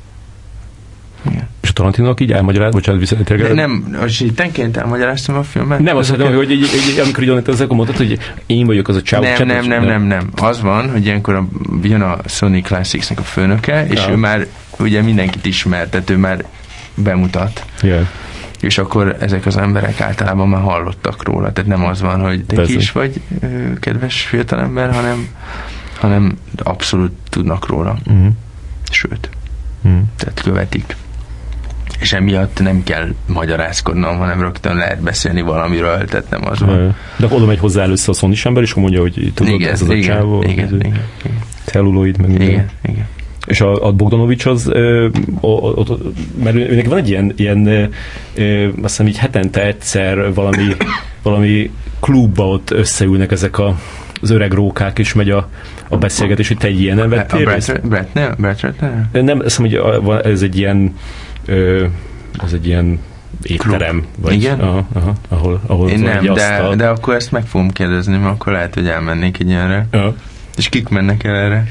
igen. És a Tarantinónak így elmagyaráz, bocsánat, visszatérgetett? Nem, most így tenként elmagyaráztam a filmet. Nem, azt mondom, hogy, hogy, hogy amikor így ezek mondtad, hogy én vagyok az a csávó. Nem, nem, nem, nem, nem. Az van, hogy ilyenkor a, jön a Sony Classics-nek a főnöke, és ja. ő már ugye mindenkit ismer, tehát ő már bemutat. Yeah. És akkor ezek az emberek általában már hallottak róla. Tehát nem az van, hogy te ki is vagy kedves fiatalember, hanem, hanem abszolút tudnak róla. Uh-huh. Sőt. Uh-huh. Tehát követik. És emiatt nem kell magyarázkodnom, hanem rögtön lehet beszélni valamiről, tehát nem az van. De akkor oda megy hozzá először a Sony ember, és akkor mondja, hogy tudod, igen, ez az igen, a csávó. Igen, igen, igen. Celluloid, meg minden. Igen, igen. És a, a Bogdanovics az, ö, o, o, o, mert őnek van egy ilyen, ilyen ö, azt hiszem így hetente egyszer valami, valami klubba ott összeülnek ezek a, az öreg rókák, és megy a, a beszélgetés, hogy te egy ilyenen vettél részt? Brett Ratner? Nem, azt hiszem, hogy ez egy ilyen ö, ez egy ilyen étterem. Vagy, igen? Aha, aha, ahol, ahol én nem, de, de akkor ezt meg fogom kérdezni, mert akkor lehet, hogy elmennék egy ilyenre. Ja. És kik mennek el erre?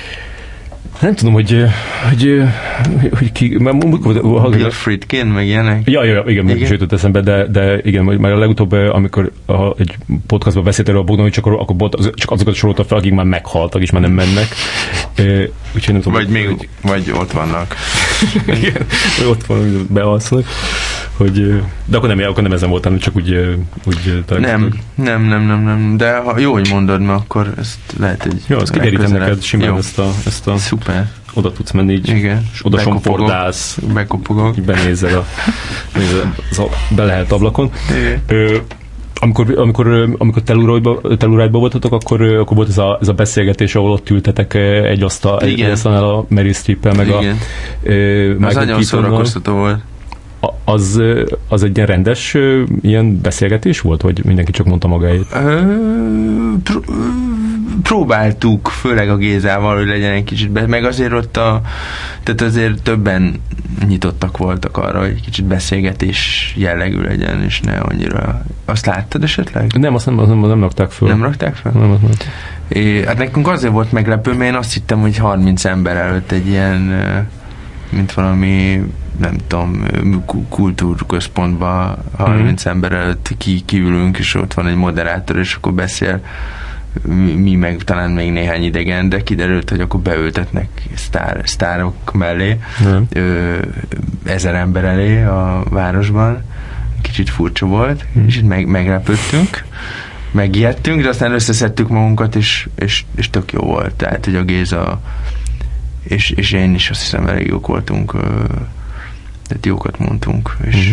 Nem tudom, hogy hogy, hogy ki... Bill Friedkin, meg ilyenek? Ja, ja, igen, meg is jutott eszembe, de, de igen, már a legutóbb, amikor a, egy podcastban beszélt erről a Bogdanovics, akkor, akkor csak azokat sorolta fel, akik már meghaltak, és már nem mennek. Úgyhogy nem tudom, vagy még, hogy... vagy ott vannak. Igen, vagy ott van, bealszanak. Hogy, de akkor nem, akkor nem ezen voltam, csak úgy, úgy nem, nem, nem, nem, nem, de ha jó, hogy mondod, mert akkor ezt lehet, hogy jó, azt kiderítem neked simán ezt a, ezt a szuper. Oda tudsz menni így, igen. És oda sompordálsz, bekopogok, benézel a, nézel, a be lehet ablakon. Ö, amikor, amikor, amikor Telluride-ba voltatok, akkor, akkor volt ez a, ez a beszélgetés, ahol ott ültetek egy asztal, egy asztalnál a Meryl Streep-el, meg igen. a ö, az nagyon szórakoztató volt. Az, az egy ilyen rendes ilyen beszélgetés volt, vagy mindenki csak mondta magáét? Pró- próbáltuk, főleg a Gézával, hogy legyen egy kicsit be, meg azért ott a, tehát azért többen nyitottak voltak arra, hogy egy kicsit beszélgetés jellegű legyen, és ne annyira. Azt láttad esetleg? Nem, azt nem, azt nem, nem rakták föl. Nem rakták föl? Nem, nem. É, hát nekünk azért volt meglepő, mert én azt hittem, hogy harminc ember előtt egy ilyen mint valami, nem tudom, kultúrközpontban harminc mm. ember előtt ki, kiülünk, és ott van egy moderátor, és akkor beszél, mi, mi meg talán még néhány idegen, de kiderült, hogy akkor beültetnek sztár, sztárok mellé, mm. ö, ezer ember elé a városban. Kicsit furcsa volt, mm. és itt meg, meglepődtünk, megijedtünk, de aztán összeszedtük magunkat, és, és, és tök jó volt. Tehát, hogy a Géza és, és én is azt hiszem elég jók voltunk, tehát jókat mondtunk, és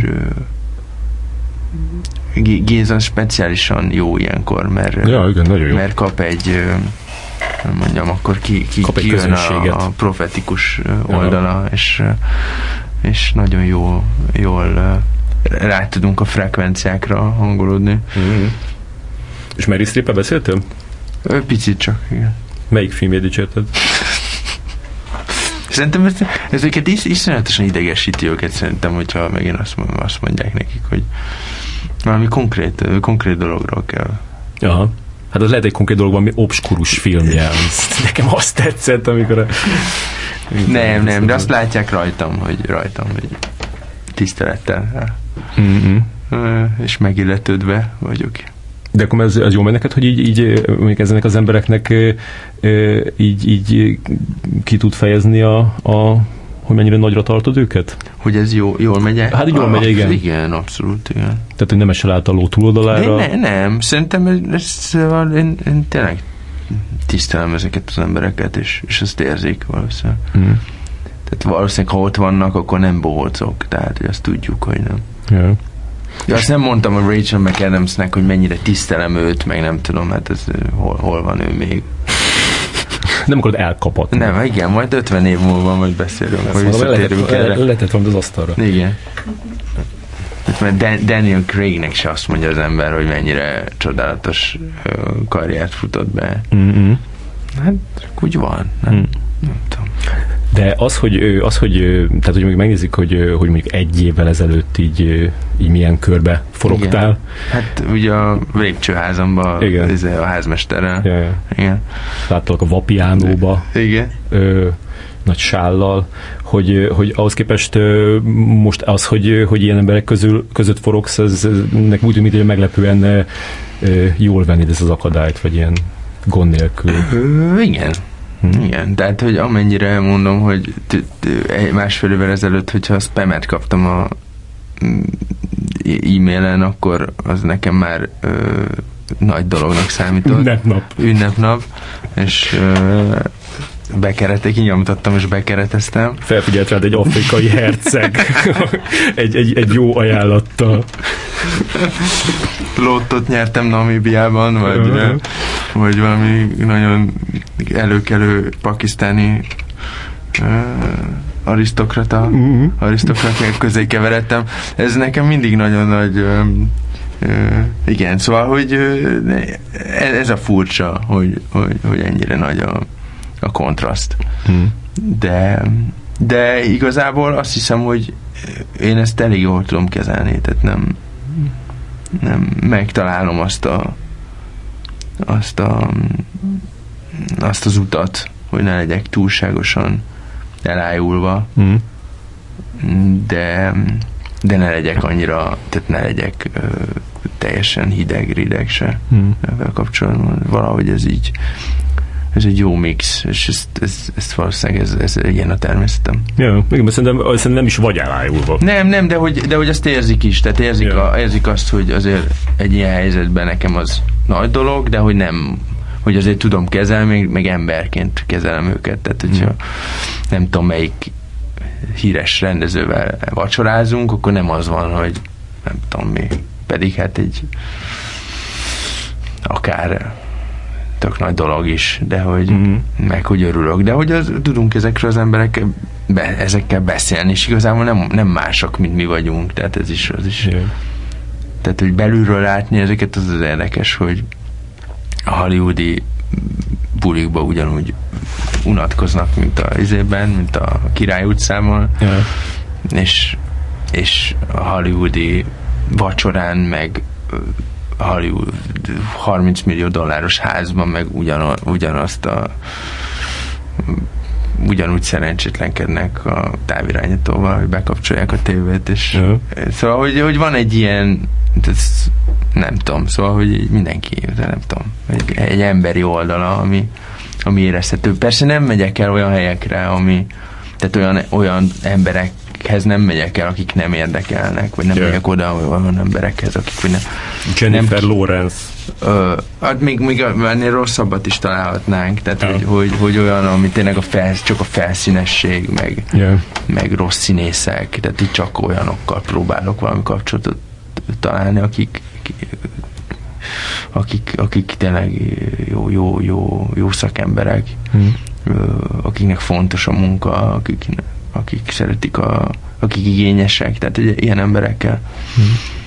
mm-hmm. Géza speciálisan jó ilyenkor, mert, ja, igen, nagyon jó. mert kap egy, mondjam, akkor ki, ki, ki jön a, a profetikus oldala, ja. és, és nagyon jó, jól rá tudunk a frekvenciákra hangolódni. Mm-hmm. És Meryl Streep-el beszéltél? Picit csak, igen. Melyik filmjét dicsérted? Szerintem ez, ezeket is, iszonyatosan idegesíti őket, szerintem, hogyha megint azt, azt mondják nekik, hogy valami konkrét, konkrét dologról kell. Aha. Hát az lehet egy konkrét dolog, valami obskurus filmje. Nekem azt tetszett, amikor a... Nem, nem, de azt látják rajtam, hogy rajtam, hogy tisztelettel. Mm-hmm. És megilletődve vagyok. De akkor ez, ez jól megy neked, hogy így, így mondjuk ezenek az embereknek így, így ki tud fejezni a, a hogy mennyire nagyra tartod őket? Hogy ez jó, jól megy? Hát jól megy, igen. Igen, abszolút, igen. Tehát, hogy nem esel át a ló túloldalára? Ne, nem, szerintem ez, ez, én, én tényleg tisztelem ezeket az embereket, és, és ezt érzik valószínűleg. Mm. Tehát valószínűleg, ha ott vannak, akkor nem bohócok, tehát, hogy azt tudjuk, hogy nem. Yeah. Ja, azt nem mondtam a Rachel McAdamsnek, hogy mennyire tisztelem őt, meg nem tudom, hát ez hol, hol van ő még. Nem akarod elkapatni. Nem, igen, majd ötven év múlva majd beszélünk, hogy visszatérünk erre. Lehetett valami az asztalra. Igen. Mert Daniel Craignek se azt mondja az ember, hogy mennyire csodálatos karriert futott be. Mm-hmm. Hát úgy van, nem, mm. nem tudom. De az, hogy, az, hogy tehát, hogy még megnézik, hogy, hogy mondjuk egy évvel ezelőtt így, így milyen körbe forogtál. Igen. Hát ugye a lépcsőházamban a házmesterrel. Ja, ja. Igen. Láttalak a Vapiánóba. Igen. Ö, nagy sállal, hogy, hogy ahhoz képest most az, hogy, hogy ilyen emberek közül, között forogsz, ez nek úgy tűnik, hogy meglepően jól vennéd ezt az akadályt, vagy ilyen gond nélkül. Ö, igen. Hmm. Igen, tehát, hogy amennyire mondom, hogy t- t- másfél évvel ezelőtt, hogyha a spamet kaptam a e-mailen, akkor az nekem már ö, nagy dolognak számított. Ünnepnap. Ünnepnap. És ö, bekerete, kinyomtattam és bekereteztem. Felfigyelt rád egy afrikai herceg egy, egy, egy jó ajánlattal. Lottot nyertem Namíbiában, vagy, uh-huh. vagy valami nagyon előkelő pakisztáni uh, arisztokrata uh-huh. arisztokraták közé keveredtem. Ez nekem mindig nagyon nagy uh, uh, igen, szóval, hogy uh, ez a furcsa, hogy, hogy, hogy ennyire nagy a a kontraszt. Hmm. De, de igazából azt hiszem, hogy én ezt elég jól tudom kezelni, tehát nem, nem megtalálom azt a azt a azt az utat, hogy ne legyek túlságosan elájulva, hmm. de de ne legyek annyira, tehát ne legyek ö, teljesen hideg, rideg se hmm. ezzel kapcsolatban. Valahogy ez így ez egy jó mix, és ezt, ezt, ezt valószínűleg ez, ez ilyen a természetem. Ja, igen, szerintem, szerintem nem is vagy elájulva. Nem, nem, de hogy, de hogy azt érzik is, tehát érzik, ja. a, érzik azt, hogy azért egy ilyen helyzetben nekem az nagy dolog, de hogy nem, hogy azért tudom kezelni, meg, meg emberként kezelem őket, tehát hogyha hmm. nem tudom melyik híres rendezővel vacsorázunk, akkor nem az van, hogy nem tudom mi, pedig hát egy akár tök nagy dolog is, de hogy mm-hmm. meg hogy örülök, de hogy az, tudunk ezekről az emberekkel be, ezekkel beszélni, és igazából nem, nem mások, mint mi vagyunk, tehát ez is, az is yeah. tehát, hogy belülről látni ezeket, az az érdekes, hogy a hollywoodi bulikba ugyanúgy unatkoznak, mint a izében, mint a Király utcában, yeah. és, és a hollywoodi vacsorán meg Hollywood harminc millió dolláros házban meg ugyan, ugyanazt a ugyanúgy szerencsétlenkednek a távirányítóval, hogy bekapcsolják a tévét, és uh-huh. szóval, hogy, hogy van egy ilyen, ez, nem tudom, szóval, hogy mindenki, nem tudom, egy, egy emberi oldala, ami, ami érezhető. Persze nem megyek el olyan helyekre, ami, tehát olyan, olyan emberekhez nem megyek el, akik nem érdekelnek, vagy nem yeah. megyek oda olyan emberekhez, akik vagy nem... Jennifer nem, Lawrence. Ö, hát még, még ennél rosszabbat is találhatnánk, tehát yeah. hogy, hogy, hogy olyan, ami tényleg a felsz, csak a felszínesség, meg, yeah. meg rossz színészek, tehát így csak olyanokkal próbálok valami kapcsolatot találni, akik akik, akik tényleg jó, jó, jó, jó szakemberek, mm. akiknek fontos a munka, akik, akik szeretik a, akik igényesek, tehát ugye, ilyen emberekkel. Mm.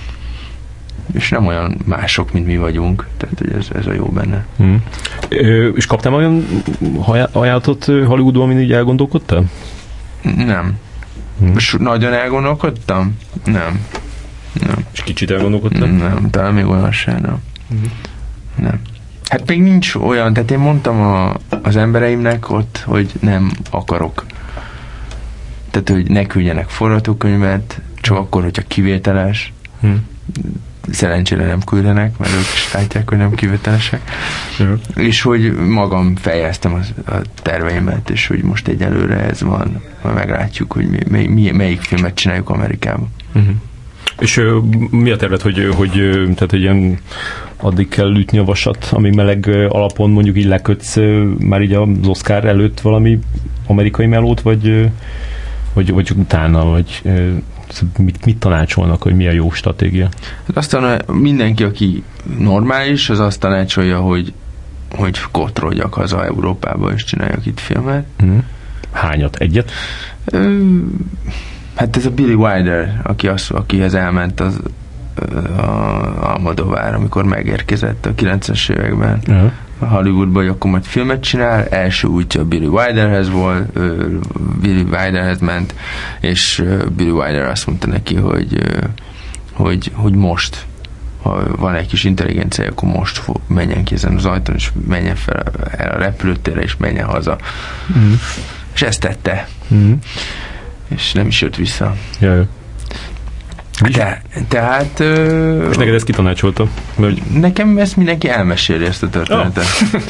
És nem olyan mások, mint mi vagyunk, tehát hogy ez, ez a jó benne. Mm. Ö, és kaptál olyan ajánlatot Hollywoodban, amin így elgondolkodtál? Nem. Mm. Most nagyon elgondolkodtam? Nem. Nem. És kicsit elgondolkodtam? Nem, talán még olyan sem, nem. Mm. Nem. Hát még nincs olyan, tehát én mondtam a, az embereimnek ott, hogy nem akarok. Tehát, hogy ne küldjenek forgatókönyvet, csak akkor, hogyha kivételes. Mm. Szerencsére nem küldenek, mert ők is látják, hogy nem kivételesek. Mm. És hogy magam fejeztem a, a terveimet, és hogy most egyelőre ez van, majd meglátjuk, hogy mi, mi, melyik filmet csináljuk Amerikában. Mm-hmm. És ö, mi a terved, hogy, hogy, tehát, hogy ilyen addig kell ütni a vasat, amíg meleg alapon mondjuk így lekötsz már így az Oscar előtt valami amerikai melót, vagy, vagy, vagy utána, vagy mit, mit tanácsolnak, hogy mi a jó stratégia? Aztán mindenki, aki normális, az azt tanácsolja, hogy, hogy kotrodjak haza Európába, és csináljak itt filmet. Hmm. Hányat? Egyet? Ö, hát ez a Billy Wilder, aki az, akihez elment az a Almodovar, amikor megérkezett a kilencvenes években uh-huh. a Hollywoodba, hogy akkor majd filmet csinál. Első útja Billy Wilderhez volt, Billy Wilderhez ment, és Billy Wilder azt mondta neki, hogy, hogy, hogy most, ha van egy kis intelligencia, akkor most menjen ki ezen az ajtón, és menjen fel el a repülőtérre, és menjen haza. Uh-huh. És ezt tette. Uh-huh. És nem is jött vissza. Jaj. Te, tehát... Ö, és neked ezt kitanácsolta? Mert... Nekem ezt mindenki elmeséli, ezt a történetet. Oh.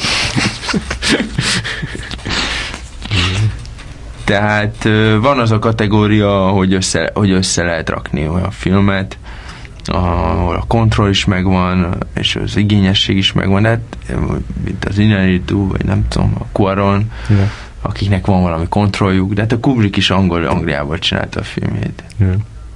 Tehát ö, van az a kategória, hogy össze, hogy össze lehet rakni olyan filmet, ahol a kontroll is megvan, és az igényesség is megvan, hát mint az Inaritu, vagy nem tudom, a Cuarón, yeah. akiknek van valami kontrolljuk, de hát a Kubrick is angol, Angliából csinálta a filmjét. Yeah.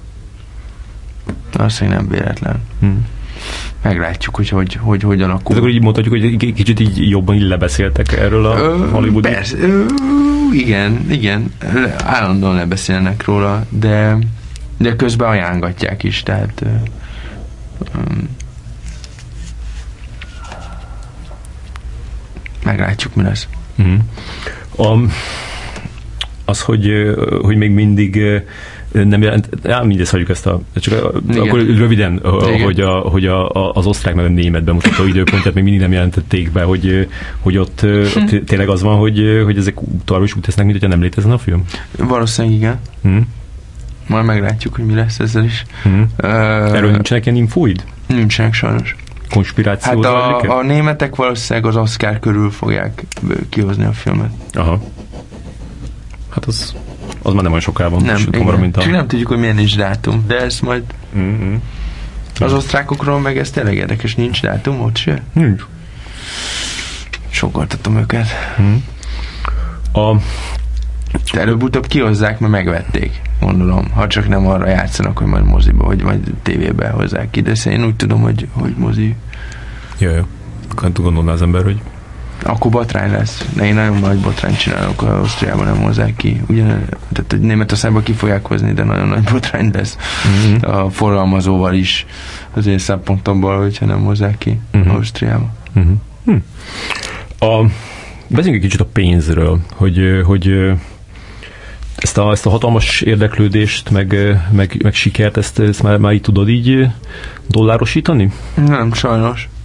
Azt még nem véletlen. Hmm. Meglátjuk, hogy hogy, hogy, hogy alakul. Ez akkor így mondhatjuk, hogy kicsit így jobban így lebeszéltek erről a ö, hollywoodi... Persze, ö, igen, igen. Állandóan lebeszélnek róla, de, de közben ajánlgatják is, tehát ö, ö, meglátjuk, mi lesz. Hmm. A, az, hogy, hogy még mindig nem jelent, á, mindezt hagyjuk ezt a, csak a, akkor röviden, a, hogy, a, hogy a, a, az osztrák meg a német bemutató időpontját még mindig nem jelentették be, hogy, hogy ott, hm. ott tényleg az van, hogy, hogy ezek tovább is úgy tesznek, mint hogyha nem létezne a film? Valószínűleg igen. Hm. Majd meglátjuk, hogy mi lesz ezzel is. Hm. Uh, Erről nincsenek ilyen infóid? Nincsenek sajnos. Konspiráció? Hát a, a németek valószínűleg az Oscar körül fogják kihozni a filmet. Aha. Hát az... Az már nem olyan soká van. Nem, hamarabb, mint a... Csak nem tudjuk, hogy milyen is dátum, de ez majd mm-hmm. az osztrákokról meg ez tényleg érdekes, nincs dátum ott se? Nincs. Sokoltatom őket. Mm. A... De előbb-utóbb kihozzák, mert megvették, gondolom. Ha csak nem arra játszanak, hogy majd moziba, hogy majd tévébe hozzák ki, de én úgy tudom, hogy, hogy mozi. Jaj, akkor gondolná az ember, hogy akkor botrány lesz. De én nagyon nagy botrányt csinálok, ha Ausztriában nem hozzák ki. Ugyan, tehát, hogy Németországban ki fogják hozni, de nagyon nagy botrány lesz. Mm-hmm. A forgalmazóval is az én szempontomból, hogyha nem hozzák ki mm-hmm. Ausztriában. Mm-hmm. Hm. A, beszéljünk egy kicsit a pénzről, hogy, hogy ezt a, ezt a hatalmas érdeklődést, meg, meg, meg sikert, ezt, ezt már, már így tudod így dollárosítani? Nem, sajnos.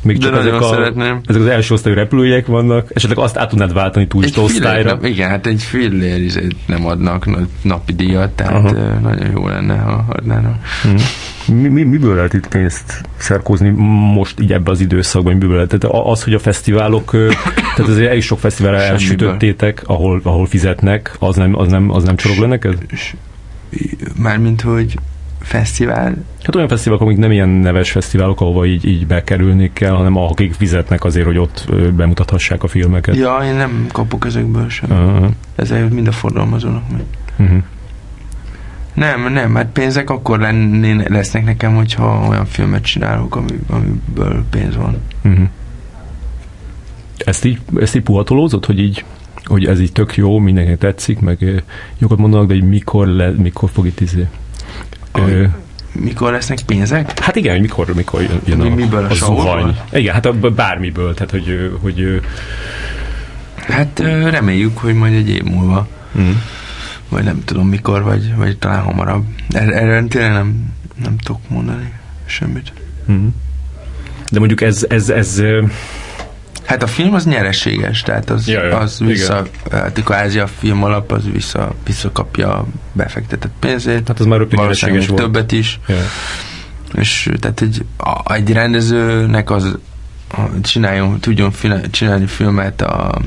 Még csak ezek, a, ezek az első osztályú repülőjegyek vannak, esetleg azt át tudnád váltani turista osztályra. Igen, hát egy fillér nem adnak napi díjat, tehát uh-huh. nagyon jó lenne, ha adnának. Hmm. Mi, mi, miből lehet itt pénzt szerkózni most így ebben az időszakban? Miből lehet? Tehát az, hogy a fesztiválok, tehát azért elég sok fesztiválra elsütöttétek, ahol, ahol fizetnek, az nem, az nem, az nem csorog le neked? Mármint, hogy fesztivál? Hát olyan fesztiválok, amik nem ilyen neves fesztiválok, ahova így, így bekerülni kell, hanem akik fizetnek azért, hogy ott bemutathassák a filmeket. Ja, én nem kapok ezekből sem. Uh-huh. Ezek mind a forgalmazónak meg. Uh-huh. Nem, nem, hát pénzek akkor lennének, lesznek nekem, hogyha olyan filmet csinálok, ami, amiből pénz van. Uh-huh. Ezt így, ezt így puhatolózott, hogy így, hogy ez így tök jó, mindenkinek tetszik, meg jókat mondanak, de így mikor, le, mikor fog itt izé? Ö, mikor lesznek pénzek? Hát igen, hogy mikor, mikor jön, jön Mi, a, miből a, a zuhany. Igen, hát a, bármiből, tehát hogy, hogy... Hát reméljük, hogy majd egy év múlva. Mm. Vagy nem tudom mikor, vagy, vagy talán hamarabb. Erre tényleg nem, nem tudok mondani semmit. Mm. De mondjuk ez... ez, ez hát a film az nyereséges, tehát az, ja, ja, az vissza, hát a Ázsia film alap az vissza, visszakapja a befektetett pénzét. Hát az már rögtön nyereséges volt. Többet is. Ja. És tehát egy, a, egy rendezőnek az csináljon, tudjon csinálni filmet a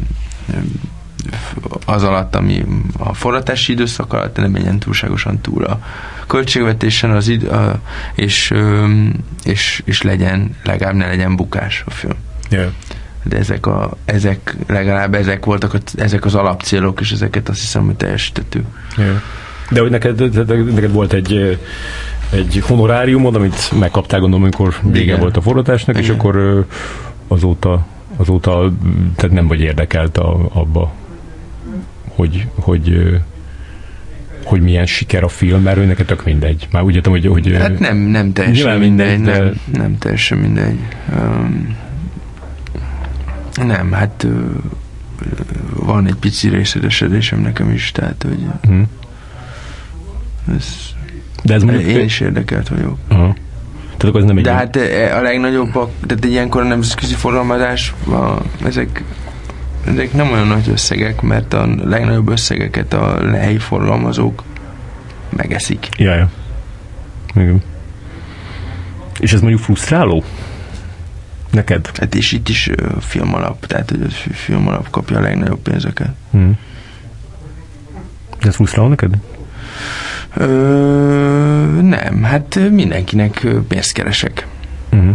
az alatt, ami a forratási időszak alatt nem menjen túlságosan túl a költségvetésen az idő, a, és, és, és legyen, legalább ne legyen bukás a film. Yeah. De ezek, a, ezek legalább ezek voltak a, ezek az alapcélok, és ezeket azt hiszem, hogy teljesítettük. Yeah. De hogy neked, neked volt egy egy honoráriumod, amit megkaptál, gondolom, amikor vége volt a forratásnak, igen. És akkor azóta azóta tehát nem vagy érdekelt a, abba, hogy, hogy, hogy milyen siker a film, mert ő neked tök mindegy. Már úgy értem, hogy... hogy hát nem, nem teljesen mindegy, mindegy de... nem, nem teljesen mindegy. Um, nem, hát uh, van egy pici részedesedésem nekem is, tehát, hogy hmm. ez, de ez mondjuk... én is érdekelt vagyok. Aha. Tehát ez nem egy de hát a legnagyobb, tehát ilyenkor a nemzetközi forgalmazás, a, ezek, ezek nem olyan nagy összegek, mert a legnagyobb összegeket a helyi forgalmazók megeszik. Jaja. Igen. És ez mondjuk frusztráló? Neked? Hát és itt is uh, filmalap, tehát hogy a filmalap kapja a legnagyobb pénzeket. Hmm. De ez frusztráló neked? Ö, nem, hát mindenkinek pénzt keresek. Uh-huh.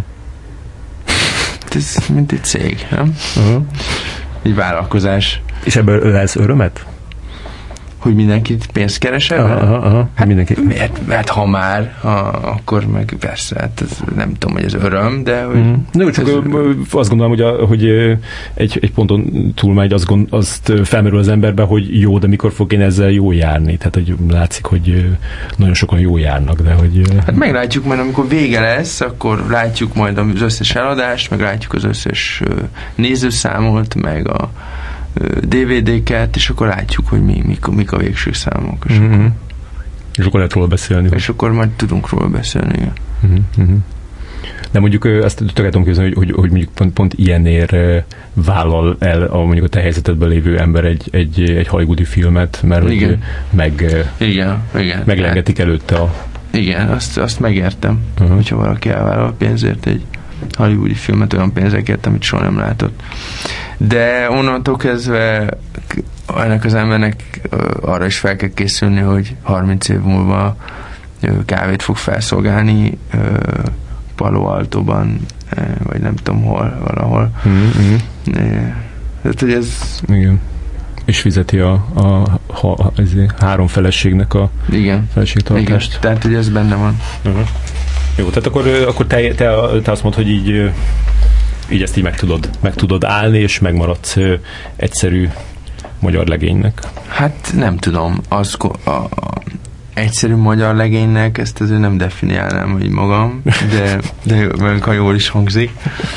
Ez mint egy cég, nem? Uh-huh. Egy vállalkozás. És ebből lesz örömet? Hogy mindenkit pénzt keresel? Aha, aha, aha. Hát mindenki. Mert, mert ha már, ha, akkor meg persze, hát ez, nem tudom, hogy ez öröm, de hogy... Mm. No, csak ez, azt gondolom, hogy, a, hogy egy, egy ponton túlmegy, azt, gond, azt felmerül az emberbe, hogy jó, de mikor fog én ezzel jól járni? Tehát, hogy látszik, hogy nagyon sokan jól járnak, de hogy... Hát meglátjuk majd, amikor vége lesz, akkor látjuk majd az összes eladást, meg látjuk az összes nézőszámot, meg a dé vé dé-ket, és akkor látjuk, hogy mi, mik, mik a végső számok. És, mm-hmm. akkor, és akkor lehet róla beszélni. És akkor majd tudunk róla beszélni. Mm-hmm. De mondjuk ezt tökéletesen tudom képzelni, hogy, hogy, hogy mondjuk pont, pont ilyenért vállal el a, mondjuk a te helyzetedben lévő ember egy, egy, egy hollywoodi filmet, mert igen. meg, igen, igen. meglengetik előtte a... Igen, azt, azt megértem, uh-huh. hogyha valaki elvállal pénzért egy hollywoodi filmet, olyan pénzeket, amit soha nem látott. De onnantól kezdve ennek az embernek arra is fel kell készülni, hogy harminc év múlva kávét fog felszolgálni Palo Altóban, vagy nem tudom hol, valahol. Mm-hmm. Tehát, hogy ez... Igen. És fizeti a, a, a, a három feleségnek a igen. feleségtartást. Igen. Tehát, hogy ez benne van. Uh-huh. Jó, tehát akkor, akkor te, te, te azt mondod, hogy így, így ezt így meg tudod, meg tudod állni, és megmaradsz egyszerű magyar legénynek. Hát nem tudom. Az, a, a, egyszerű magyar legénynek ezt azért nem definiálnám, hogy magam, de, de ha jól is hangzik.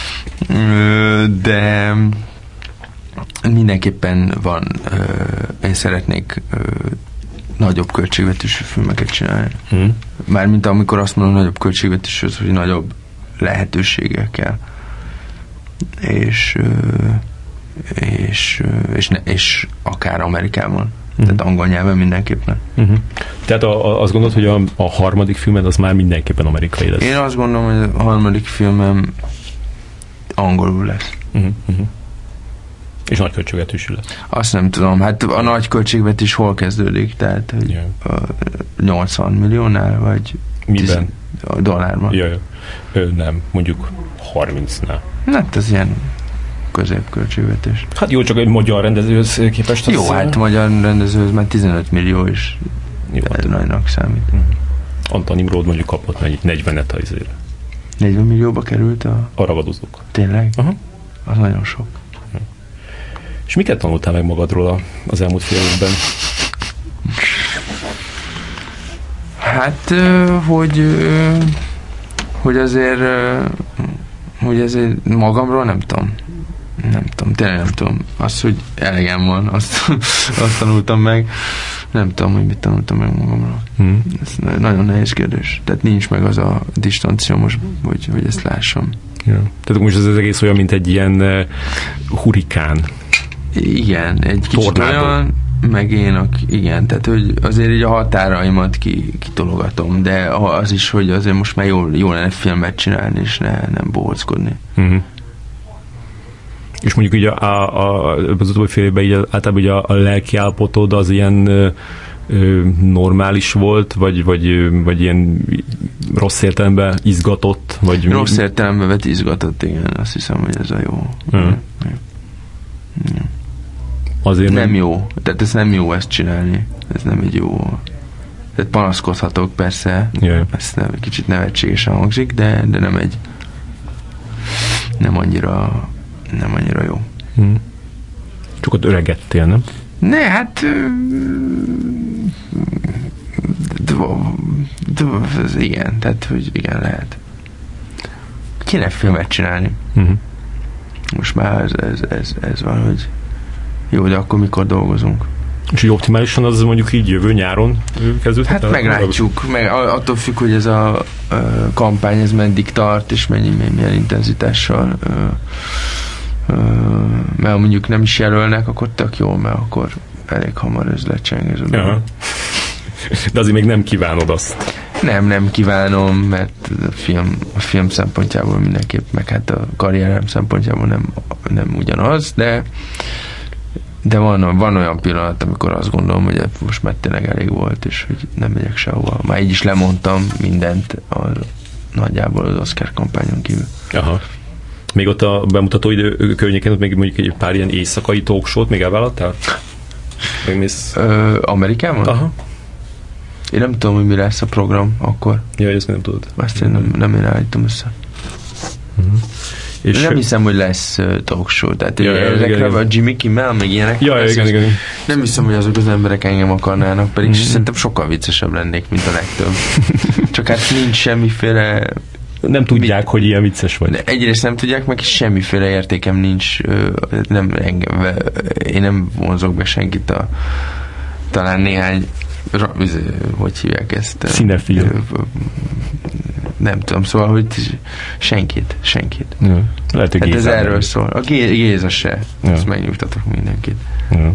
De mindenképpen van, én szeretnék nagyobb költségvetésű filmeket csinálni. Hmm. Mármint amikor azt mondom nagyobb költségvetésű, hogy nagyobb lehetőségekkel. és és, és, ne, és akár Amerikában. Uh-huh. Tehát angol nyelven mindenképpen. Uh-huh. Tehát a, a, azt gondolod, hogy a, a harmadik filmed az már mindenképpen amerikai lesz? Én azt gondolom, hogy a harmadik filmem angolul lesz. Uh-huh. Uh-huh. És nagy költségvetésű lesz? Azt nem tudom. Hát a nagy költségvetés hol kezdődik? Tehát, hogy yeah. nyolcvan milliónál, vagy miben? tíz dollárban? Ja, ja. Ö, nem, mondjuk harmincnál. Hát ez ilyen középköltségvetés. Hát jó, csak egy magyar rendezőhöz képest. Jó, hát magyar rendezőhöz már tizenöt millió is nagynak számít. Uh-huh. Antal Imród mondjuk kapott mennyi? negyvenet a izére. negyven millióba került a... A ragadozók. Tényleg? Aha. Az nagyon sok. Uh-huh. És miket tanultál meg magadról az elmúlt fél évben? Hát, hogy hogy azért hogy azért magamról nem tudom. Nem tudom, tényleg nem tudom. Azt, hogy elegem van, azt, azt tanultam meg. Nem tudom, hogy mit tanultam meg magamról. Hmm. Ez nagyon nehéz kérdés. Tehát nincs meg az a distancia most, hogy, hogy ezt lássam. Ja. Tehát most ez az egész olyan, mint egy ilyen uh, hurikán. Igen, egy kicsit tornádó. Olyan, meg én, igen, tehát hogy azért így a határaimat ki, kitologatom, de az is, hogy azért most már jól, jól lenne filmet csinálni, és ne, nem bohóckodni. Uh-huh. És mondjuk így a, a, a, az utóbbi fél évben így általában így a, a lelki állapotod az ilyen ö, ö, normális volt, vagy, vagy, vagy ilyen rossz értelemben izgatott? Vagy rossz mi? Értelemben vett izgatott, igen, azt hiszem, hogy ez a jó. Uh-huh. Ja. Azért nem, nem jó. Tehát ez nem jó ezt csinálni. Ez nem egy jó. Tehát panaszkodhatok persze. Yeah. Ez nem, kicsit nevetségesen hangzik, de, de nem egy nem annyira nem annyira jó. Hmm. Csak ott öregedtél, nem? Ne, hát de, de, de, igen, tehát hogy igen, lehet. Kéne filmet csinálni. Uh-huh. Most már ez, ez, ez, ez van, hogy jó, de akkor mikor dolgozunk? És így optimálisan az mondjuk így jövő nyáron kezdődhet? Hát meglátjuk, meg attól függ, hogy ez a, a kampány ez meddig tart, és mennyi, milyen intenzitással. Ö, ö, mert mondjuk nem is jelölnek, akkor tök jó, mert akkor elég hamar ez lecseng. De azért még nem kívánod azt. Nem, nem kívánom, mert a film, a film szempontjából mindenképp, meg hát a karrierem szempontjából nem, nem ugyanaz, de de van, van olyan pillanat, amikor azt gondolom, hogy most már tényleg elég volt, és hogy nem megyek sehova. Már így is lemondtam mindent a, nagyjából az Oscar kampányon kívül. Aha. Még ott a bemutató idő környéken ott még mondjuk egy pár ilyen éjszakai talkshow-t még elvállattál? Megmész? Ö, Amerikában? Aha. Én nem tudom, hogy mi lesz a program akkor. Ja, ezt nem tudod. Ezt én nem, nem én állítom össze. Uh-huh. És nem hiszem, hogy lesz uh, talk show. Tehát ja, ezekre a Jimmy Kimmel, meg ilyenek. Ja, lesz, igen, igen. Nem hiszem, hogy azok az emberek engem akarnának, pedig mm-hmm. szerintem sokkal viccesebb lennék, mint a legtöbb. Csak hát nincs semmiféle... Nem tudják, mit, hogy ilyen vicces vagy. Egyrészt nem tudják, meg semmiféle értékem nincs. Nem, engem, én nem vonzok be senkit a talán néhány hogy hívják ezt? Cinefil. Nem tudom, szóval, hogy senkit, senkit. Ja. Lehet, hogy hát ez erről szól. A Géza se. Ja. Ezt megnyugtatok mindenkit. Ja.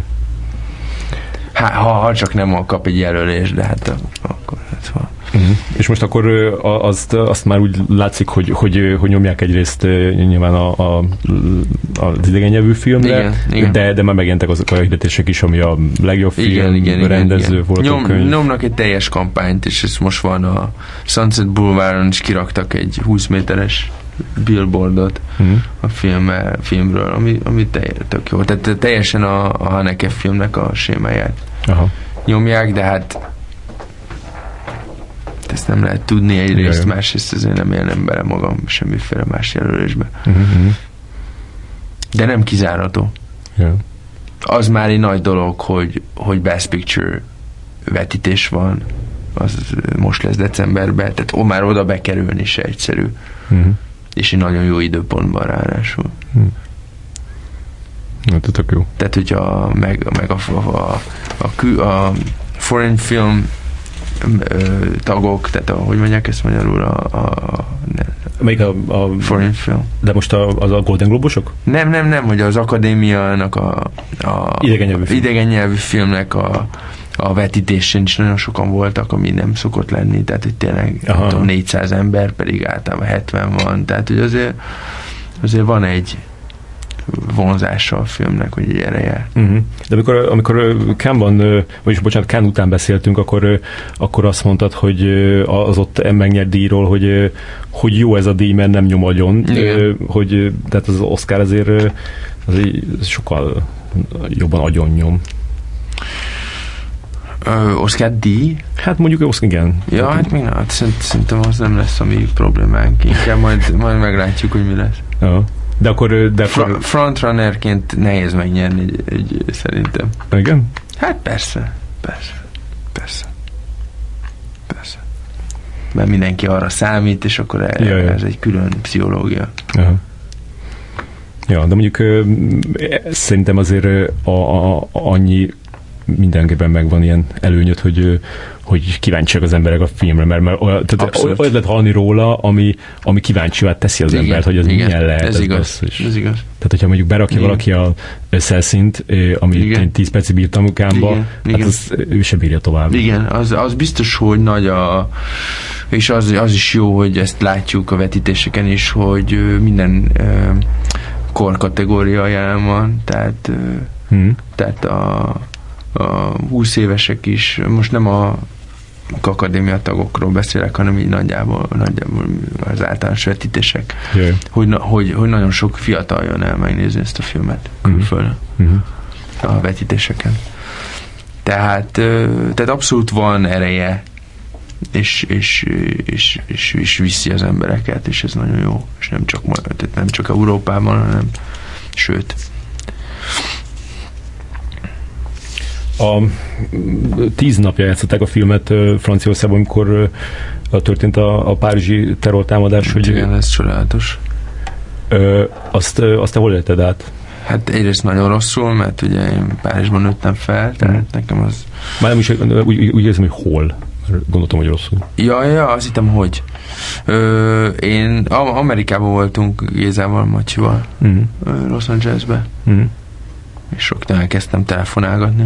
Há, ha, ha csak nem kap egy jelölés, de hát akkor ez van. Uh-huh. És most akkor azt, azt már úgy látszik, hogy, hogy, hogy nyomják egyrészt nyilván a, a, az idegen nyelvű filmre, igen, igen. De, de már megjelentek azok a hirdetések is, ami a legjobb film, igen, igen, rendező, forgatókönyv. Nyom, nyomnak egy teljes kampányt, és ez most van a Sunset Boulevardon is kiraktak egy húsz méteres billboardot uh-huh. a film, filmről, ami, ami tök jó. Tehát teljesen a, a Haneke filmnek a sémáját Aha. nyomják, de hát ezt nem lehet tudni egyrészt, Jaj. másrészt azért nem élnem bele magam semmiféle más jelölésbe. Uh-huh. De nem kizárható. Yeah. Az már egy nagy dolog, hogy, hogy Best Picture vetítés van, az most lesz decemberben, tehát ó, már oda bekerülni se egyszerű. Uh-huh. És egy nagyon jó időpontban ráadásul. Uh-huh. Hát, tök jó. Tehát, hogyha meg, meg a, a, a, a, a foreign film tagok, tehát a, hogy mondják ezt magyarul, a, a, Melyik a, a... Foreign film. De most a, az a Golden Globosok? Nem, nem, nem, hogy az akadémiának a, a idegen nyelvű, film. idegen nyelvű filmnek a, a vetítésén is nagyon sokan voltak, ami nem szokott lenni, tehát hogy tényleg tudom, négyszáz ember, pedig általában hetven van, tehát hogy azért, azért van egy vonzása a filmnek, vagy egy ereje. Uh-huh. De amikor, amikor Cannes-ban, vagyis bocsánat, Cannes után beszéltünk, akkor, akkor azt mondtad, hogy az ott megnyert díjról, hogy, hogy jó ez a díj, mert nem nyom agyon. Hogy, tehát az Oscar azért, azért sokkal jobban agyon nyom. Ö, Oscar díj? Hát mondjuk Oscar, igen. Ja, hát még nem, hát szerintem az nem lesz a mi problémánk. Inkább majd, majd meglátjuk, hogy mi lesz. Ja. De akkor... De akkor... Fra- frontrunnerként nehéz megnyerni egy, egy, szerintem. Igen? Hát persze, persze, persze. Persze. Mert mindenki arra számít, és akkor el, ja, ja. ez egy külön pszichológia. Aha. Ja, de mondjuk szerintem azért a, a, a, annyi mindenképpen megvan ilyen előnyöt, hogy, hogy kíváncsiak az emberek a filmre, mert, mert olyan, tehát olyan lehet hallani róla, ami, ami kíváncsivá teszi az igen, embert, hogy ez igen, milyen lehet. Ez, ez igaz, az, ez igaz. Tehát, hogyha mondjuk berakja igen. valaki a Celszint, ami én tíz percig bírtam Cannes-ba, hát igen. Az, ő se bírja tovább. Igen, az, az biztos, hogy nagy a... És az, az is jó, hogy ezt látjuk a vetítéseken is, hogy minden korkategória jelen van, tehát, hmm. tehát a a húsz évesek is, most nem a akadémia tagokról beszélek, hanem így nagyjából, nagyjából az általános vetítések, yeah. hogy, hogy, hogy nagyon sok fiatal jön el megnézni ezt a filmet külföldön uh-huh. a vetítéseken. Tehát, tehát abszolút van ereje, és, és, és, és, és viszi az embereket, és ez nagyon jó, és nem csak, tehát nem csak Európában, hanem sőt. A tíz napja játszották a filmet uh, Franciaországban, amikor uh, történt a, a párizsi terrortámadás. Hogy, igen, ez csodálatos. Uh, azt, uh, azt te hol élted át? Hát egyrészt nagyon rosszul, mert ugye én Párizsban nőttem fel, tehát mm. nekem az... Már nem is úgy, úgy érzem, hogy hol. Gondoltam, hogy rosszul. Ja, ja, azt hittem, hogy. Ö, én Amerikában voltunk Gézával, Matyival, mm. Los Angelesbe. Mm. És soktól elkezdtem telefonálgatni.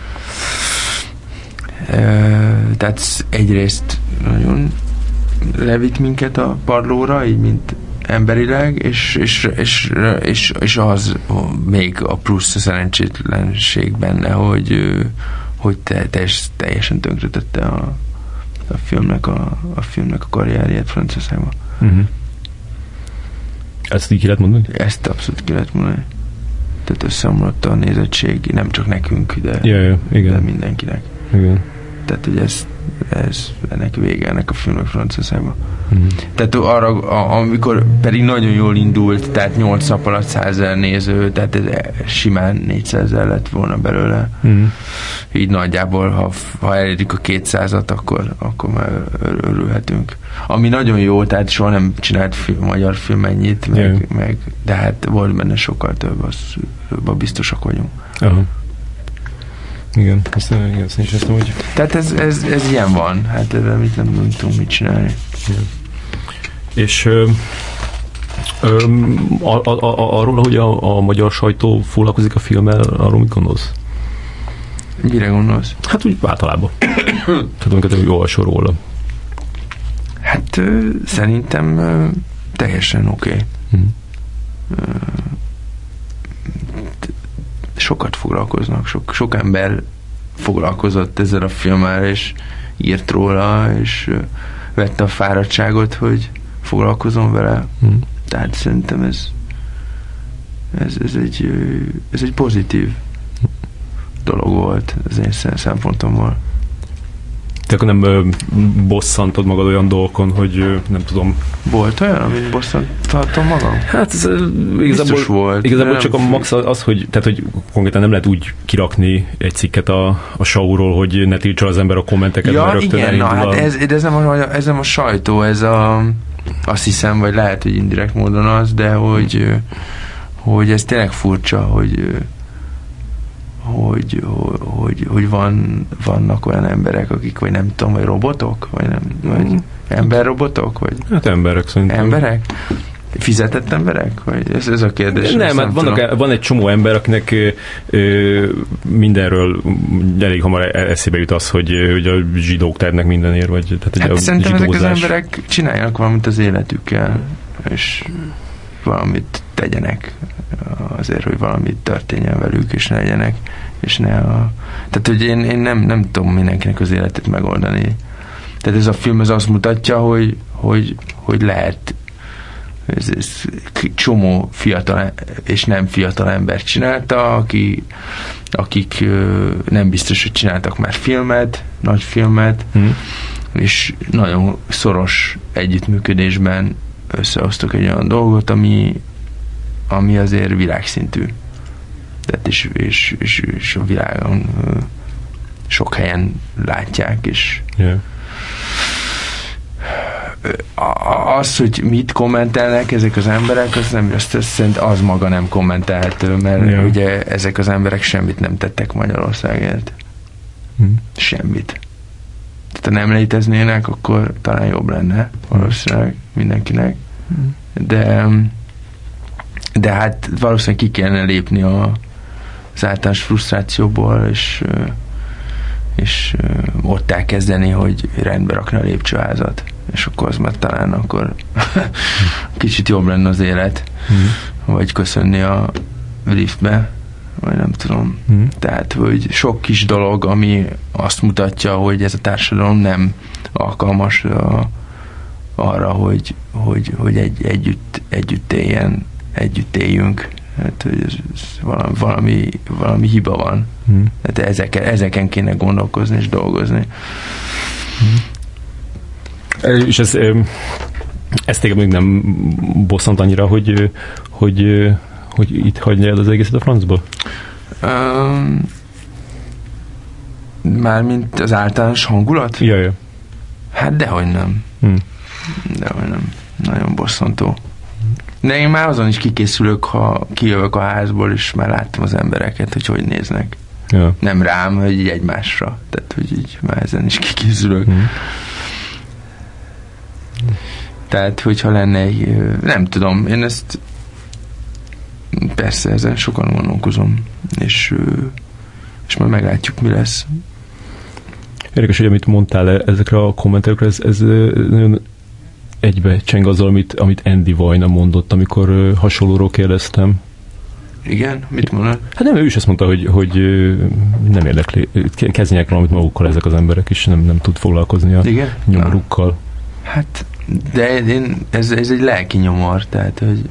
E, tehát egyrészt nagyon levitt minket a padlóra, így mint emberileg, és, és, és, és, és az még a plusz a szerencsétlenség benne, hogy, hogy te, teljes, teljesen tönkretette a, a filmnek a, a filmnek a karrierjét Franciaországban. Uh-huh. Ezt így ki lehet mondani? Ezt abszolút ki lehet mondani. Tehát összeomlott a nézettség, nem csak nekünk, de, ja, ja, igen. de mindenkinek. Igen. Tehát, hogy ez, ez ennek vége, ennek a filmnek Franciaországban. Mm. Tehát arra, a, amikor pedig nagyon jól indult, tehát nyolc nap alatt százezer néző, tehát ez simán négyszázezer lett volna belőle. Mm. Így nagyjából, ha, ha elérik a kétszázat, akkor, akkor már örülhetünk. Ami nagyon jó, tehát soha nem csinált film, magyar film ennyit, meg, yeah. meg, de hát volt benne sokkal több, az, abban biztosak vagyunk. Aha. Igen, ezt nem is ezt hogy... Tehát ez, ez, ez ilyen van, hát ezzel mit nem, nem tudunk mit csinálni. Igen. És ö, ö, a, a, a, arról, hogy a, a magyar sajtó foglalkozik a filmmel, arról mit gondolsz? Mire gondolsz? Hát úgy általában. Tehát amiket úgy olvasol róla. Hát ö, szerintem ö, teljesen oké. Okay. Hmm. Sokat foglalkoznak, sok, sok ember foglalkozott ezzel a filmmel, és írt róla, és ö, vette a fáradtságot, hogy foglalkozom vele. Hmm. Tehát szerintem ez ez, ez, egy, ez egy pozitív dolog volt az én szempontomból. Te akkor nem ö, bosszantod magad olyan dolgokon, hogy ö, nem tudom... Volt olyan, amit bosszantottam magam? Hát ez igazából, volt, igazából csak a max az, hogy, tehát, hogy konkrétan nem lehet úgy kirakni egy cikket a, a show-ról, hogy ne tiltsa az ember a kommenteket, ja, mert rögtön igen, na, hát a... ez, ez, nem a, ez nem a sajtó, ez a... Azt hiszem, vagy lehet, hogy indirekt módon az, de hogy, hogy ez tényleg furcsa, hogy hogy, hogy, hogy van, vannak olyan emberek, akik, vagy nem tudom, vagy robotok, vagy nem, vagy emberrobotok, vagy... Hát emberek szerintem. Emberek? Fizetett emberek? Vagy ez, ez a kérdés? Nem, hát vannak, van egy csomó ember, akinek ö, ö, mindenről elég hamar eszébe jut az, hogy, hogy a zsidók tehetnek mindenért, vagy tehát hát a szerintem zsidózás. Ezek az emberek csináljanak valamit az életükkel, és valamit tegyenek azért, hogy valamit történjen velük, és ne legyenek, és ne a... Tehát, hogy én, én nem, nem tudom mindenkinek az életét megoldani. Tehát ez a film ez azt mutatja, hogy, hogy, hogy lehet ez, ez csomó fiatal és nem fiatal ember csinálta, aki, akik nem biztos, hogy csináltak már filmet, nagy filmet, hmm. és nagyon szoros együttműködésben összehoztak egy olyan dolgot, ami, ami azért világszintű. Tehát és, és, és, és a világon sok helyen látják, és yeah. az, hogy mit kommentelnek ezek az emberek, az nem, azt szerint az maga nem kommentelhető, mert yeah. ugye ezek az emberek semmit nem tettek Magyarországért. Mm. Semmit. Tehát ha nem léteznének, akkor talán jobb lenne valószínűleg mindenkinek. Mm. De de hát valószínűleg ki kellene lépni a, az általános frusztrációból, és és ott elkezdeni, hogy rendbe rakni a lépcsőházat. És akkor az már talán akkor kicsit jobb lenne az élet. Mm. Vagy köszönni a liftbe, vagy nem tudom. Mm. Tehát, hogy sok kis dolog, ami azt mutatja, hogy ez a társadalom nem alkalmas a, arra, hogy, hogy, hogy egy, együtt, együtt éljen, együtt éljünk. Hát, hogy ez, ez valami, valami, valami hiba van. Hmm. Hát ezeken, ezeken kéne gondolkozni és dolgozni. Hmm. És ez, ez téged még nem bosszant annyira, hogy, hogy, hogy itt hagyja el az egészet a francba? Um, mármint az általános hangulat? Jaj, hát dehogy nem. Hmm. Dehogy nem. Nagyon bosszantó. De én már azon is kikészülök, ha kijövök a házból, és már láttam az embereket, hogy hogy néznek. Ja. Nem rám, hogy így egymásra. Tehát, hogy így már ezen is kikészülök. Mm. Tehát, hogyha lenne egy... Nem tudom, én ezt persze ezen sokan gondolkozom, és, és majd meglátjuk, mi lesz. Érdekes, hogy amit mondtál ezekre a kommentekre, ez, ez nagyon egybe cseng azzal, amit, amit Andy Vajna mondott, amikor uh, hasonlóról kérdeztem. Igen? Mit mondod? Hát nem, ő is azt mondta, hogy, hogy uh, nem érdekli, kezdjenek valamit magukkal ezek az emberek, és nem, nem tud foglalkozni a Igen? nyomorukkal. Na. Hát, de én, ez, ez egy lelki nyomor, tehát, hogy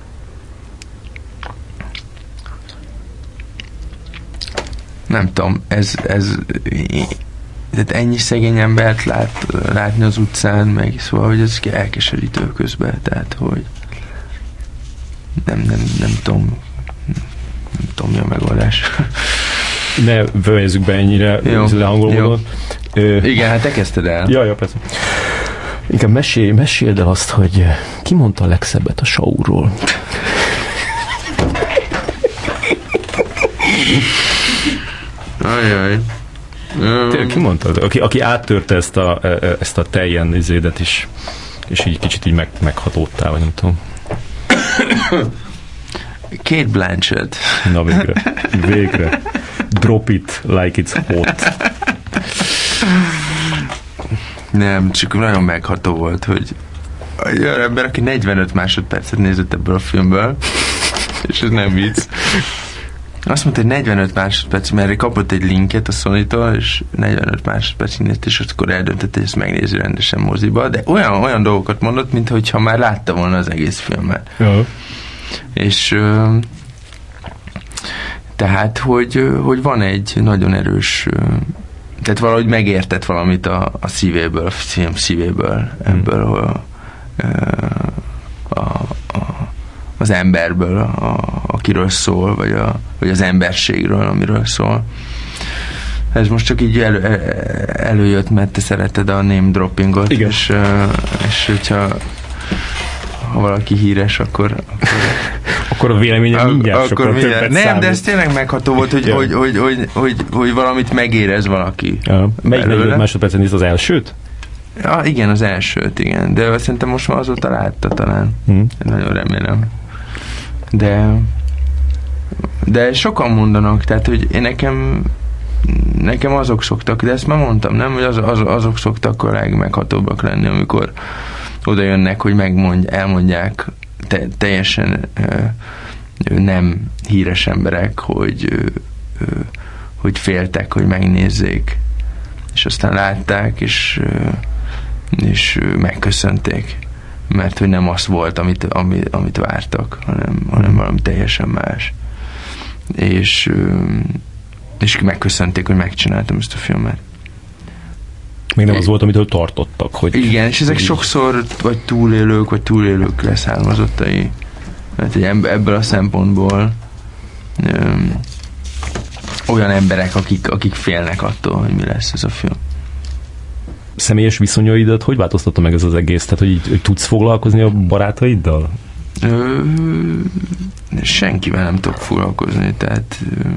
nem tudom, ez, ez tehát ennyi szegény embert lát, látni az utcán, meg szóval, hogy ez elkeserítő közben, tehát, hogy nem, nem, nem tudom nem tudom, mi a megoldás. Ne fejezzük be ennyire lehangolódon. Igen, hát te kezdted el. Ja, ja, persze. Inkább mesélj, meséld el azt, hogy ki mondta a legszebbet a Saulról? Ajaj. Tényleg, ki mondta? Aki, aki áttörte ezt a, ezt a teljen izédet is, és így kicsit így meg, meghatódtál, vagy nem tudom. Kate Blanchett. Na végre. Végre. Drop it like it's hot. Nem, csak nagyon megható volt, hogy egy olyan ember, aki negyvenöt másodpercet nézett ebből a filmből, és ez nem vicc. Azt mondta, hogy negyvenöt másodperc, mert kapott egy linket a Sony-tól, és negyvenöt másodpercig nézett, és akkor eldöntött, hogy ezt megnézi rendesen moziba, de olyan, olyan dolgokat mondott, mintha már látta volna az egész filmet. Ja. És uh, tehát, hogy, hogy van egy nagyon erős, uh, tehát valahogy megértett valamit a, a szívéből, a film szívéből, ebből a, a, a, az emberből, a, akiről szól, vagy, a, vagy az emberségről, amiről szól. Ez most csak így elő, előjött, mert te szereted a name droppingot. Igen. És, és hogyha ha valaki híres, akkor, akkor Akkor a véleményem mindjárt sokkal többet Nem, számít. De ez tényleg megható volt, hogy, ja. hogy, hogy, hogy, hogy, hogy valamit megérez valaki. Ja. Melyik negyvenöt másodpercen néz az elsőt? Ja, igen, az elsőt, igen. De szerintem most már azóta látta talán. Hmm. Nagyon remélem. De de sokan mondanak, tehát, hogy én nekem nekem azok szoktak, de ezt már mondtam, nem? Hogy az, az, azok szoktak a legmeghatóbbak lenni, amikor oda jönnek, hogy megmondj, elmondják te, teljesen ö, nem híres emberek, hogy ö, ö, hogy féltek, hogy megnézzék. És aztán látták, és ö, és megköszönték, mert hogy nem az volt, amit, amit, amit vártak, hanem, hanem valami teljesen más. És, és megköszönték, hogy megcsináltam ezt a filmet. Még nem az volt, amitől tartottak, hogy... Igen, és ezek sokszor vagy túlélők, vagy túlélők leszármazottai. Mert ebből a szempontból öm, olyan emberek, akik, akik félnek attól, hogy mi lesz ez a film. Személyes viszonyaidat hogy változtatta meg ez az egész? Tehát, hogy, így, hogy tudsz foglalkozni a barátaiddal? Ö, senkivel nem tudok foglalkozni, tehát ö,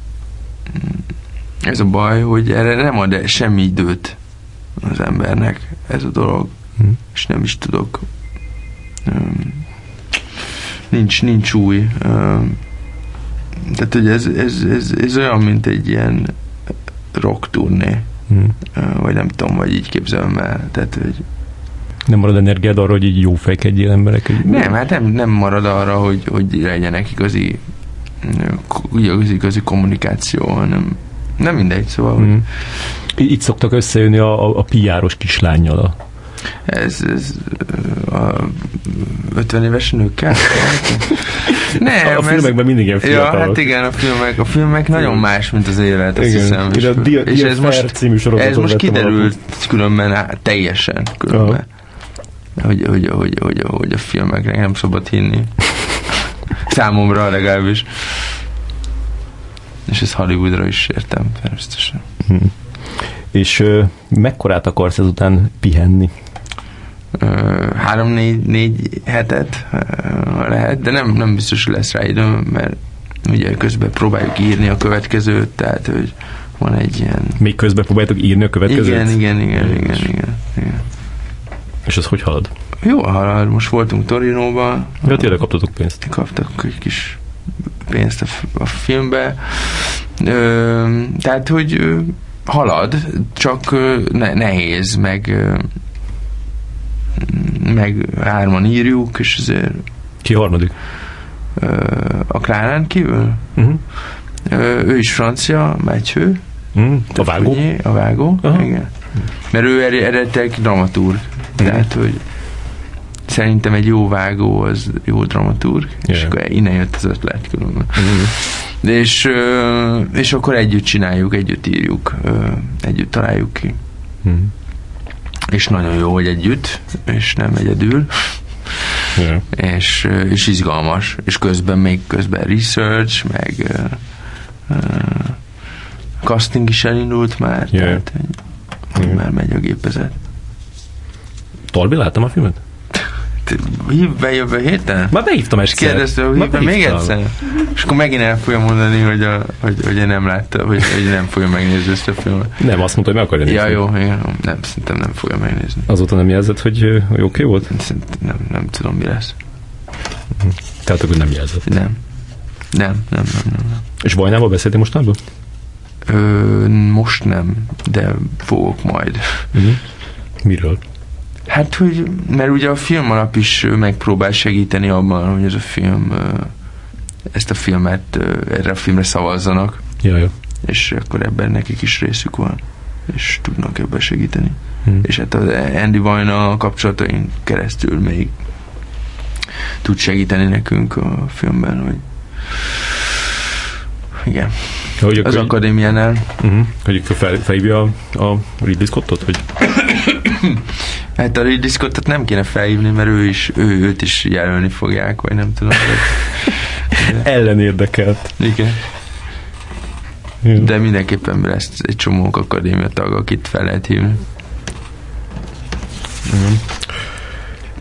ez a baj, hogy erre nem ad semmi időt az embernek ez a dolog, hmm. és nem is tudok. Ö, nincs, nincs új. Ö, tehát, hogy ez, ez, ez, ez olyan, mint egy ilyen rock turné. Hmm. Vagy nem tudom, vagy így képzelem el. Tehát, hogy nem marad energiád arra, hogy így jó fejkedjél emberek? Hogy... Nem, hát nem, nem marad arra, hogy, hogy legyenek igazi igazi, igazi kommunikáció, hanem nem mindegy, szóval. Hmm. Hogy... Itt szoktak összejönni a, a, a pé er-os kislánnyal a... Ez, ez a ötven éves nőkkel? Nem, a filmekben ez... mindig ilyen fiatalok. Ja, hát igen, a filmek, a filmek nagyon más, mint az élet, azt hiszem. És, a Dia, és ez most, ez most kiderült alapú. Különben, á, teljesen különben. Hogy, hogy, hogy, hogy, hogy a filmekre nem szabad hinni. Számomra legalábbis. És ezt Hollywoodra is értem, természetesen. Hmm. És uh, mekkorát akarsz ezután pihenni? három-négy hetet uh, lehet, de nem, nem biztos, hogy lesz rá időm, mert ugye közben próbáljuk írni a következőt, tehát, hogy van egy ilyen... Még közben próbáljátok írni a következőt? Igen, igen, igen, igen, igen, igen, igen. És az hogy halad? Jó halad, most voltunk Torinóban. Ja, tényleg kaptatok pénzt? Kaptak egy kis pénzt a, a filmbe. Ö, tehát, hogy ö, halad, csak ö, ne, nehéz, meg ö, meg hárman írjuk, és azért... Ki harmadik? A Klárán kívül? Uh-huh. Ő is francia, Mátyő. Uh-huh. A vágó? Fúnyé, a vágó, uh-huh. Igen. Mert ő eredetileg dramaturg. Uh-huh. Tehát, hogy szerintem egy jó vágó az jó dramaturg, yeah. És akkor innen jött az ötlet különben. Uh-huh. És, és akkor együtt csináljuk, együtt írjuk, együtt találjuk ki. Uh-huh. És nagyon jó, hogy együtt, és nem egyedül. Yeah. És, és izgalmas. És közben még közben research, meg uh, uh, casting is elindult már, yeah. Tehát yeah. Már megy a gépezet. Tolbi, láttam a filmet? Hív be jövő héten? Már behívtam egyszer. Kérdezte, hogy hív be még egyszer? És akkor megint el fogja mondani, hogy, a, hogy, hogy én nem láttam, hogy, hogy nem fogja megnézni ezt a filmet. Nem, azt mondta, hogy meg akarja nézni. Ja, jó, igen, nem, szerintem nem fogja megnézni. Azóta nem jelzett, hogy, hogy oké volt? Szerintem nem, nem tudom, mi lesz. Tehát akkor nem jelzett? Nem. Nem, nem, nem, nem. nem. És Vajnával beszéltél mostanában? Ö, most nem, de fogok majd. Uh-huh. Miről? Hát, hogy, mert ugye a film alap is megpróbál segíteni abban, hogy ez a film, ezt a filmet, erre a filmre szavazzanak. Jaj. És akkor ebben nekik is részük van, és tudnak ebben segíteni. Hmm. És hát az Andy Vajna kapcsolataink keresztül még tud segíteni nekünk a filmben, hogy igen. Hogy az akadémiánál. Uh-huh. Hogy fel, felhívja a, a Ridley Scottot, hogy... Hát a Ridley Scottot nem kéne felhívni, mert ő is, ő, őt is jelölni fogják, vagy nem tudom. De... Ellen érdekelt. Igen. Igen. De mindenképpen lesz egy csomó akadémia tag, akit fel lehet hívni. Igen.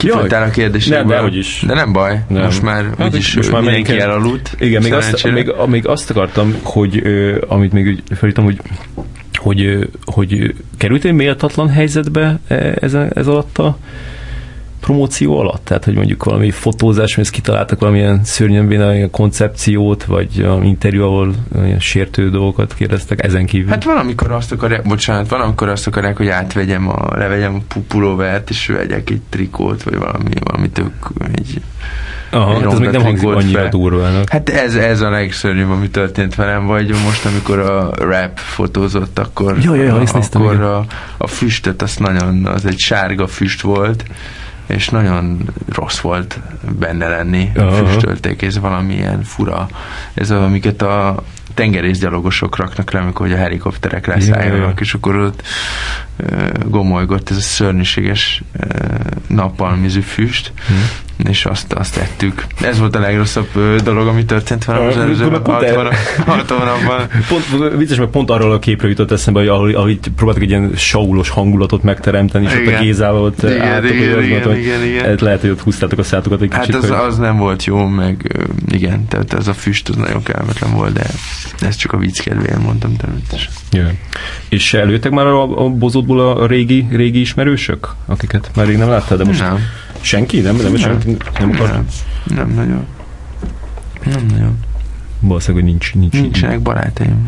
kifogytál a kérdésekből. Nem, dehogy is. De nem baj, nem. most már, hát, úgyis most már mindenki elaludt. Igen, még azt, még, még azt akartam, hogy uh, amit még felírtam, hogy hogy, hogy kerültél méltatlan helyzetbe ez, ez alatt a promóció alatt? Tehát, hogy mondjuk valami fotózás, hogy ezt kitaláltak valamilyen szörnyen véne koncepciót, vagy interjú, ahol olyan sértő dolgokat kérdeztek ezen kívül? Hát valamikor azt akarják, bocsánat, valamikor azt akarják, hogy átvegyem a, levegyem a pulóvert, és vegyek egy trikót, vagy valami, valami tök, egy Aha, hát ez még nem hangzik annyira durvának. Hát ez, ez a legszörnyűbb, ami történt velem, vagy most, amikor a rap fotózott, akkor, ja, ja, ja, a, akkor a, a füstöt, az nagyon, az egy sárga füst volt, és nagyon rossz volt benne lenni. Uh-huh. Füstölték, ez valamilyen fura. Ez az, amiket a tengerészgyalogosok raknak le, amikor a helikopterek leszálljanak, és akkor ott uh, gomolygott ez a szörnyűséges uh, napalmizű füst, uh-huh. és azt, azt ettük. Ez volt a legrosszabb uh, dolog, ami történt velem az előző hat hónapban. Pont, vicces, mert pont arról a képről jutott eszembe, hogy ahol, ahol próbáltak egy ilyen saulos hangulatot megteremteni, és igen. ott a Gézával ott igen, álltok, igen, hogy igen, igen, igen. lehet, hogy ott húztátok a szátokat egy kicsit. Hát az, hogy... az nem volt jó, meg igen, tehát ez a füst az nagyon kellemetlen volt, de ezt csak a vicc kedvéért mondtam természetesen. Yeah. És előttek már a, a bozótból a régi, régi ismerősök, akiket már rég nem láttál, de most nem. Senki? Nem? Nem, nem, senki, nem, akar? nem, nem nagyon. Nem nagyon. Valószínűleg, hogy nincs, nincs. Nincsenek barátaim.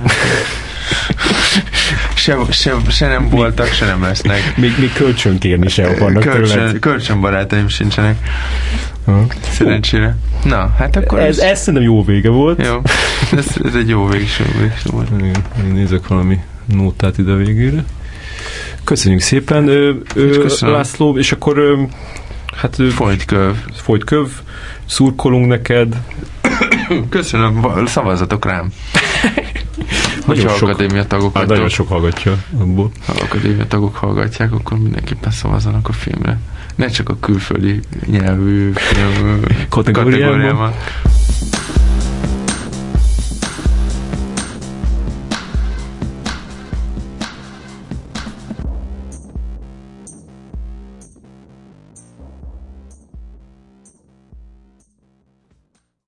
se, se, se nem voltak, se nem lesznek. Még, még kölcsön kérni se akarnak kölcsön, kölcsön barátaim sincsenek. Ha. Szerencsére. Na, hát akkor ez, ez szerintem jó vége volt. Jó. Ez, ez egy jó végső volt. Én nézek valami nótát ide végére. Köszönjük szépen, ö, ö, László, és akkor ö, hát folyt köv. Folyt köv. Szurkolunk neked. Köszönöm, szavazzatok rám. Hogyha akadémia tagok hát nagyon sok hallgatja abból. Ha akadémia tagok hallgatják, akkor mindenképpen szavazzanak a filmre. Ne csak a külföldi nyelvű film kategóriában.